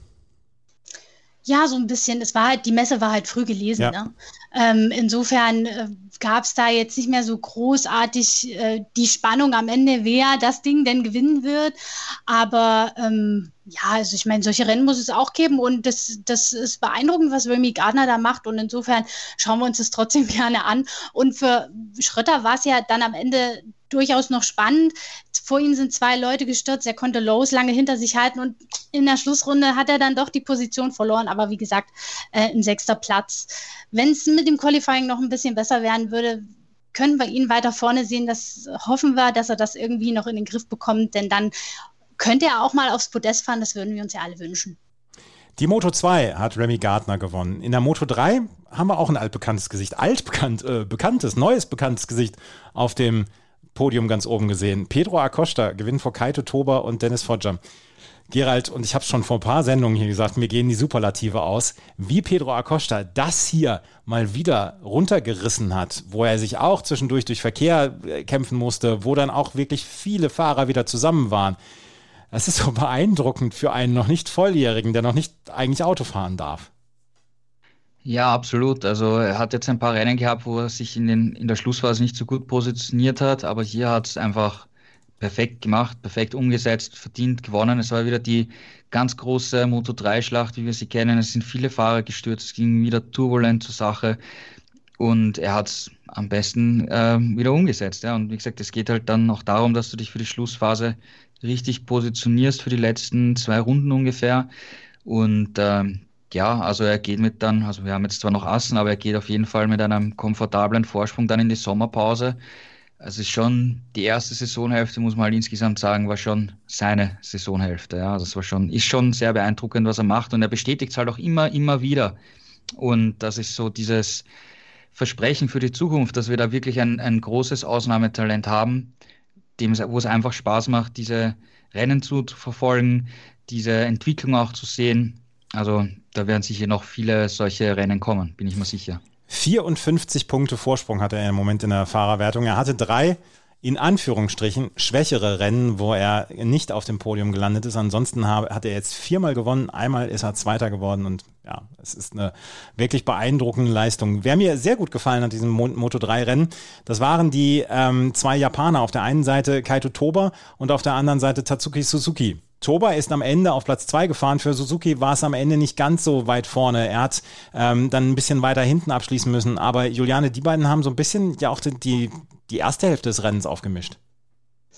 S3: Ja, so ein bisschen. Es war halt, die Messe war halt früh gelesen.
S2: Ja.
S3: Ne? Ähm, insofern äh, gab es da jetzt nicht mehr so großartig äh, die Spannung am Ende, wer das Ding denn gewinnen wird. Aber ähm, ja, also ich meine, solche Rennen muss es auch geben und das, das ist beeindruckend, was Remy Gardner da macht und insofern schauen wir uns das trotzdem gerne an. Und für Schrötter war es ja dann am Ende durchaus noch spannend. Vor ihm sind zwei Leute gestürzt, er konnte Lowe's lange hinter sich halten und in der Schlussrunde hat er dann doch die Position verloren, aber wie gesagt, äh, ein sechster Platz. Wenn es mit dem Qualifying noch ein bisschen besser werden würde, können wir ihn weiter vorne sehen, das hoffen wir, dass er das irgendwie noch in den Griff bekommt, denn dann könnte er auch mal aufs Podest fahren, das würden wir uns ja alle wünschen.
S2: Die Moto zwei hat Remy Gardner gewonnen. In der Moto drei haben wir auch ein altbekanntes Gesicht, altbekannt, äh, bekanntes, neues bekanntes Gesicht auf dem Podium ganz oben gesehen. Pedro Acosta gewinnt vor Kaito Toba und Dennis Foggia. Gerald, und ich habe es schon vor ein paar Sendungen hier gesagt, mir gehen die Superlative aus, wie Pedro Acosta das hier mal wieder runtergerissen hat, wo er sich auch zwischendurch durch Verkehr kämpfen musste, wo dann auch wirklich viele Fahrer wieder zusammen waren. Das ist so beeindruckend für einen noch nicht Volljährigen, der noch nicht eigentlich Auto fahren darf.
S4: Ja, absolut. Also er hat jetzt ein paar Rennen gehabt, wo er sich in, den, in der Schlussphase nicht so gut positioniert hat, aber hier hat es einfach perfekt gemacht, perfekt umgesetzt, verdient gewonnen. Es war wieder die ganz große Moto drei Schlacht, wie wir sie kennen. Es sind viele Fahrer gestürzt, es ging wieder turbulent zur Sache und er hat es am besten äh, wieder umgesetzt. Ja. Und wie gesagt, es geht halt dann auch darum, dass du dich für die Schlussphase richtig positionierst, für die letzten zwei Runden ungefähr. Und ähm, ja, also er geht mit dann, also wir haben jetzt zwar noch Assen, aber er geht auf jeden Fall mit einem komfortablen Vorsprung dann in die Sommerpause. Also ist schon die erste Saisonhälfte, muss man halt insgesamt sagen, war schon seine Saisonhälfte. Ja, das war schon, ist schon sehr beeindruckend, was er macht und er bestätigt es halt auch immer, immer wieder. Und das ist so dieses Versprechen für die Zukunft, dass wir da wirklich ein, ein großes Ausnahmetalent haben, dem es, wo es einfach Spaß macht, diese Rennen zu, zu verfolgen, diese Entwicklung auch zu sehen. Also da werden sicher noch viele solche Rennen kommen, bin ich mir sicher.
S2: vierundfünfzig Punkte Vorsprung hatte er im Moment in der Fahrerwertung. Er hatte drei, in Anführungsstrichen, schwächere Rennen, wo er nicht auf dem Podium gelandet ist. Ansonsten hat er jetzt viermal gewonnen, einmal ist er Zweiter geworden und ja, es ist eine wirklich beeindruckende Leistung. Wer mir sehr gut gefallen hat, diesem Moto drei Rennen, das waren die ähm, zwei Japaner. Auf der einen Seite Kaito Toba und auf der anderen Seite Tatsuki Suzuki. Toba ist am Ende auf Platz zwei gefahren. Für Suzuki war es am Ende nicht ganz so weit vorne. Er hat ähm, dann ein bisschen weiter hinten abschließen müssen. Aber Juliane, die beiden haben so ein bisschen ja auch die, die erste Hälfte des Rennens aufgemischt.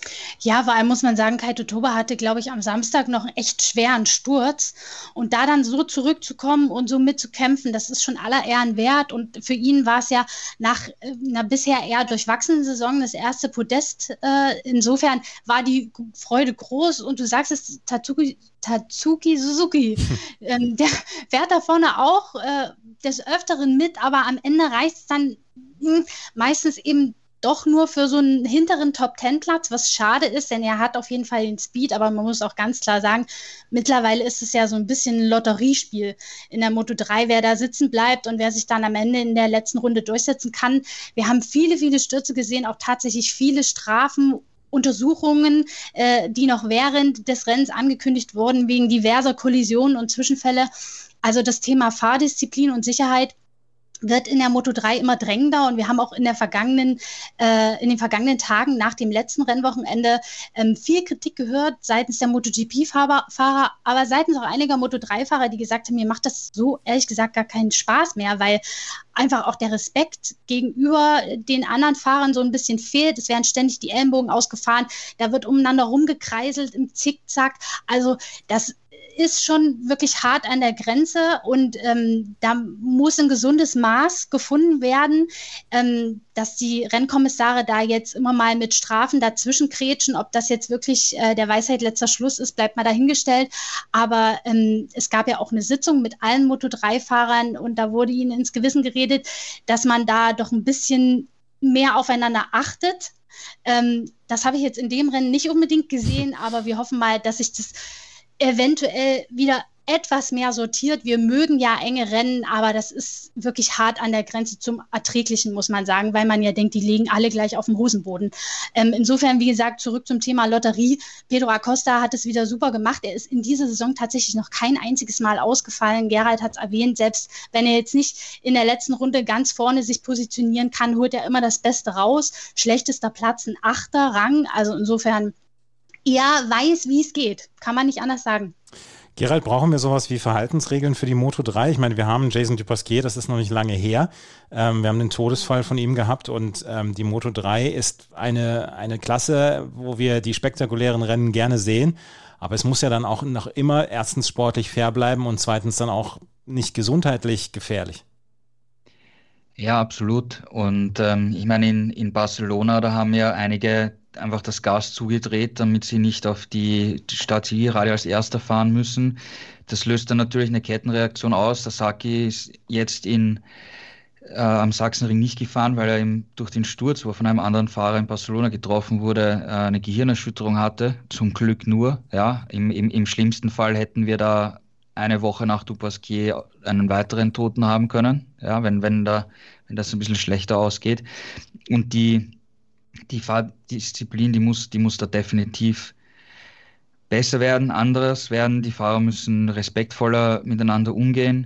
S3: Ja, vor allem muss man sagen, Kaito Toba hatte, glaube ich, am Samstag noch einen echt schweren Sturz. Und da dann so zurückzukommen und so mitzukämpfen, das ist schon aller Ehren wert. Und für ihn war es ja nach einer bisher eher durchwachsenen Saison das erste Podest. Äh, insofern war die Freude groß. Und du sagst es, Tatsuki, Tatsuki Suzuki, ähm, der fährt da vorne auch äh, des Öfteren mit, aber am Ende reicht es dann mh, meistens eben doch nur für so einen hinteren Top-Ten-Platz, was schade ist, denn er hat auf jeden Fall den Speed, aber man muss auch ganz klar sagen, mittlerweile ist es ja so ein bisschen ein Lotteriespiel in der Moto drei, wer da sitzen bleibt und wer sich dann am Ende in der letzten Runde durchsetzen kann. Wir haben viele, viele Stürze gesehen, auch tatsächlich viele Strafen, Untersuchungen, äh, die noch während des Rennens angekündigt wurden, wegen diverser Kollisionen und Zwischenfälle. Also das Thema Fahrdisziplin und Sicherheit wird in der Moto drei immer drängender und wir haben auch in der vergangenen, äh, in den vergangenen Tagen nach dem letzten Rennwochenende ähm, viel Kritik gehört seitens der MotoGP-Fahrer, Fahrer, aber seitens auch einiger Moto drei Fahrer, die gesagt haben, mir macht das so ehrlich gesagt gar keinen Spaß mehr, weil einfach auch der Respekt gegenüber den anderen Fahrern so ein bisschen fehlt. Es werden ständig die Ellenbogen ausgefahren, da wird umeinander rumgekreiselt im Zickzack. Also das ist schon wirklich hart an der Grenze und ähm, da muss ein gesundes Maß gefunden werden, ähm, dass die Rennkommissare da jetzt immer mal mit Strafen dazwischen kretschen. Ob das jetzt wirklich äh, der Weisheit letzter Schluss ist, bleibt mal dahingestellt. Aber ähm, es gab ja auch eine Sitzung mit allen Moto drei Fahrern und da wurde ihnen ins Gewissen geredet, dass man da doch ein bisschen mehr aufeinander achtet. Ähm, das habe ich jetzt in dem Rennen nicht unbedingt gesehen, aber wir hoffen mal, dass sich das eventuell wieder etwas mehr sortiert. Wir mögen ja enge Rennen, aber das ist wirklich hart an der Grenze zum Erträglichen, muss man sagen, weil man ja denkt, die liegen alle gleich auf dem Hosenboden. Ähm, insofern, wie gesagt, zurück zum Thema Lotterie. Pedro Acosta hat es wieder super gemacht. Er ist in dieser Saison tatsächlich noch kein einziges Mal ausgefallen. Gerald hat es erwähnt, selbst wenn er jetzt nicht in der letzten Runde ganz vorne sich positionieren kann, holt er immer das Beste raus. Schlechtester Platz, ein achter Rang. Also insofern, er weiß, wie es geht. Kann man nicht anders sagen.
S2: Gerald, brauchen wir sowas wie Verhaltensregeln für die Moto drei? Ich meine, wir haben Jason Dupasquier, das ist noch nicht lange her. Ähm, wir haben den Todesfall von ihm gehabt und ähm, die Moto drei ist eine, eine Klasse, wo wir die spektakulären Rennen gerne sehen. Aber es muss ja dann auch noch immer erstens sportlich fair bleiben und zweitens dann auch nicht gesundheitlich gefährlich.
S4: Ja, absolut. Und ähm, ich meine, in, in Barcelona, da haben ja einige einfach das Gas zugedreht, damit sie nicht auf die, die Start-Zielgerade als Erster fahren müssen. Das löst dann natürlich eine Kettenreaktion aus. Der Saki ist jetzt in, äh, am Sachsenring nicht gefahren, weil er eben durch den Sturz, wo er von einem anderen Fahrer in Barcelona getroffen wurde, äh, eine Gehirnerschütterung hatte. Zum Glück nur. Ja, im, im, im schlimmsten Fall hätten wir da eine Woche nach Dupasquier einen weiteren Toten haben können, ja, wenn, wenn, da, wenn das ein bisschen schlechter ausgeht. Und die Die Fahrdisziplin, die muss, die muss da definitiv besser werden. Anderes werden, die Fahrer müssen respektvoller miteinander umgehen.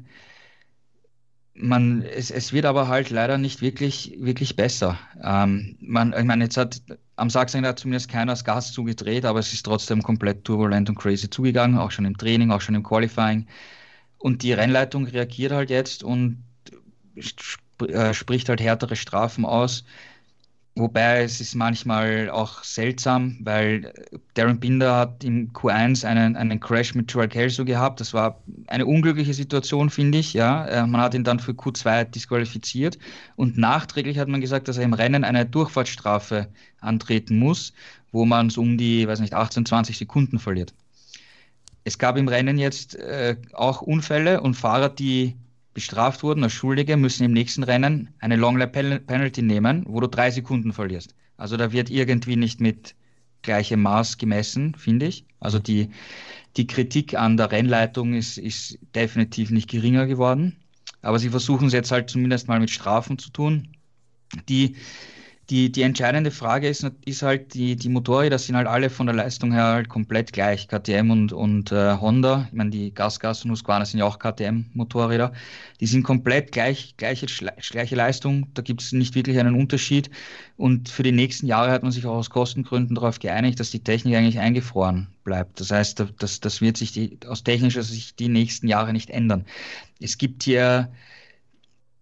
S4: Man, es, es wird aber halt leider nicht wirklich, wirklich besser. Ähm, man, ich meine, jetzt hat am Sachsenring hat zumindest keiner das Gas zugedreht, aber es ist trotzdem komplett turbulent und crazy zugegangen, auch schon im Training, auch schon im Qualifying. Und die Rennleitung reagiert halt jetzt und sp- äh, spricht halt härtere Strafen aus. Wobei es ist manchmal auch seltsam, weil Darren Binder hat im Q eins einen, einen Crash mit Joel Kelso gehabt. Das war eine unglückliche Situation, finde ich. Ja, man hat ihn dann für Q zwei disqualifiziert und nachträglich hat man gesagt, dass er im Rennen eine Durchfahrtsstrafe antreten muss, wo man so um die, weiß nicht, achtzehn, zwanzig Sekunden verliert. Es gab im Rennen jetzt äh, auch Unfälle und Fahrer, die bestraft wurden als Schuldige, müssen im nächsten Rennen eine Long Lap Penalty nehmen, wo du drei Sekunden verlierst. Also da wird irgendwie nicht mit gleichem Maß gemessen, finde ich. Also die, die Kritik an der Rennleitung ist, ist definitiv nicht geringer geworden. Aber sie versuchen es jetzt halt zumindest mal mit Strafen zu tun. Die Die, die entscheidende Frage ist, ist halt, die, die Motorräder sind halt alle von der Leistung her halt komplett gleich. K T M und, und äh, Honda, ich meine, die GasGas und Husqvarna sind ja auch K T M-Motorräder. Die sind komplett gleich, gleiche, gleiche Leistung, da gibt es nicht wirklich einen Unterschied. Und für die nächsten Jahre hat man sich auch aus Kostengründen darauf geeinigt, dass die Technik eigentlich eingefroren bleibt. Das heißt, das, das wird sich die, aus technischer Sicht die nächsten Jahre nicht ändern. Es gibt hier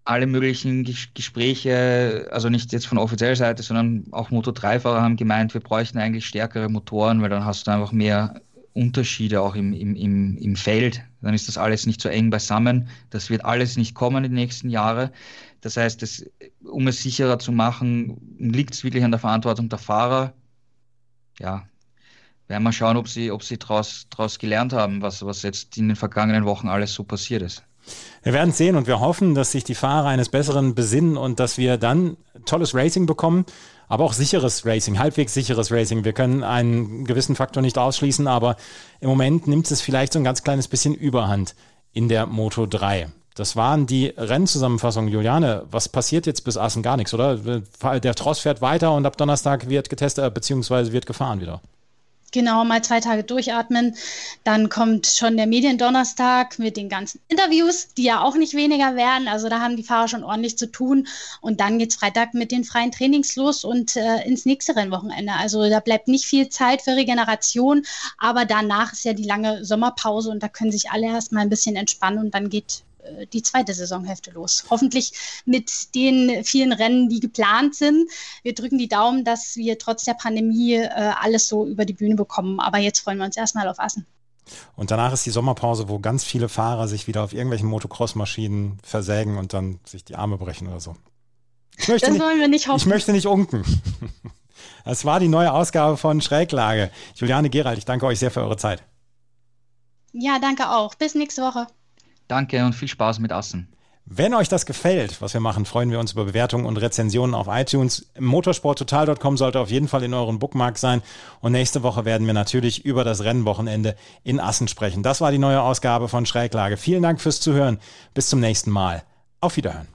S4: alle möglichen Ges- Gespräche, also nicht jetzt von offizieller Seite, sondern auch Moto drei Fahrer haben gemeint, wir bräuchten eigentlich stärkere Motoren, weil dann hast du einfach mehr Unterschiede auch im, im, im, im Feld. Dann ist das alles nicht so eng beisammen. Das wird alles nicht kommen in den nächsten Jahren. Das heißt, das, um es sicherer zu machen, liegt es wirklich an der Verantwortung der Fahrer. Ja, werden wir schauen, ob sie, ob sie daraus daraus gelernt haben, was, was jetzt in den vergangenen Wochen alles so passiert ist.
S2: Wir werden es sehen und wir hoffen, dass sich die Fahrer eines Besseren besinnen und dass wir dann tolles Racing bekommen, aber auch sicheres Racing, halbwegs sicheres Racing. Wir können einen gewissen Faktor nicht ausschließen, aber im Moment nimmt es vielleicht so ein ganz kleines bisschen Überhand in der Moto drei. Das waren die Rennzusammenfassungen. Juliane, was passiert jetzt bis Assen? Gar nichts, oder? Der Tross fährt weiter und ab Donnerstag wird getestet, beziehungsweise wird gefahren wieder.
S3: Genau, mal zwei Tage durchatmen. Dann kommt schon der Mediendonnerstag mit den ganzen Interviews, die ja auch nicht weniger werden. Also da haben die Fahrer schon ordentlich zu tun. Und dann geht's Freitag mit den freien Trainings los und äh, ins nächste Rennwochenende. Also da bleibt nicht viel Zeit für Regeneration. Aber danach ist ja die lange Sommerpause und da können sich alle erstmal ein bisschen entspannen und dann geht die zweite Saisonhälfte los. Hoffentlich mit den vielen Rennen, die geplant sind. Wir drücken die Daumen, dass wir trotz der Pandemie äh, alles so über die Bühne bekommen. Aber jetzt freuen wir uns erstmal auf Assen.
S2: Und danach ist die Sommerpause, wo ganz viele Fahrer sich wieder auf irgendwelchen Motocross-Maschinen versägen und dann sich die Arme brechen oder so. Ich möchte
S3: das
S2: nicht,
S3: wollen wir nicht hoffen.
S2: Ich möchte nicht unken. Das war die neue Ausgabe von Schräglage. Juliane Gerald, ich danke euch sehr für eure Zeit.
S3: Ja, danke auch. Bis nächste Woche.
S4: Danke und viel Spaß mit Assen.
S2: Wenn euch das gefällt, was wir machen, freuen wir uns über Bewertungen und Rezensionen auf iTunes. motorsport total punkt com sollte auf jeden Fall in euren Bookmarks sein. Und nächste Woche werden wir natürlich über das Rennwochenende in Assen sprechen. Das war die neue Ausgabe von Schräglage. Vielen Dank fürs Zuhören. Bis zum nächsten Mal. Auf Wiederhören.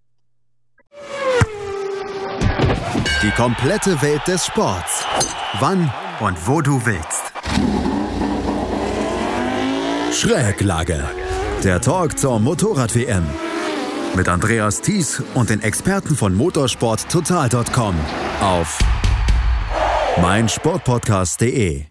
S1: Die komplette Welt des Sports. Wann und wo du willst. Schräglage. Der Talk zur Motorrad-W M. Mit Andreas Thies und den Experten von motorsport total punkt com auf meinsportpodcast punkt de.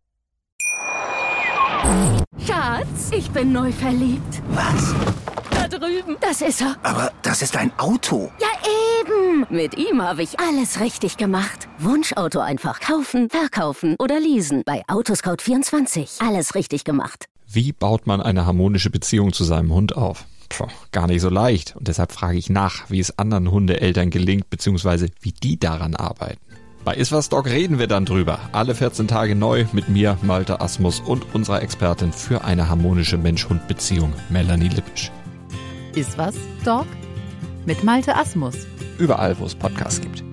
S5: Schatz, ich bin neu verliebt.
S6: Was?
S5: Da drüben. Das ist er.
S6: Aber das ist ein Auto.
S5: Ja, eben. Mit ihm habe ich alles richtig gemacht. Wunschauto einfach kaufen, verkaufen oder leasen. Bei Autoscout vierundzwanzig. Alles richtig gemacht.
S7: Wie baut man eine harmonische Beziehung zu seinem Hund auf? Puh, gar nicht so leicht. Und deshalb frage ich nach, wie es anderen Hundeeltern gelingt, beziehungsweise wie die daran arbeiten. Bei Iswas Dog reden wir dann drüber. Alle vierzehn Tage neu mit mir, Malte Asmus und unserer Expertin für eine harmonische Mensch-Hund-Beziehung, Melanie Lippisch.
S8: Iswas Dog mit Malte Asmus.
S7: Überall, wo es Podcasts gibt.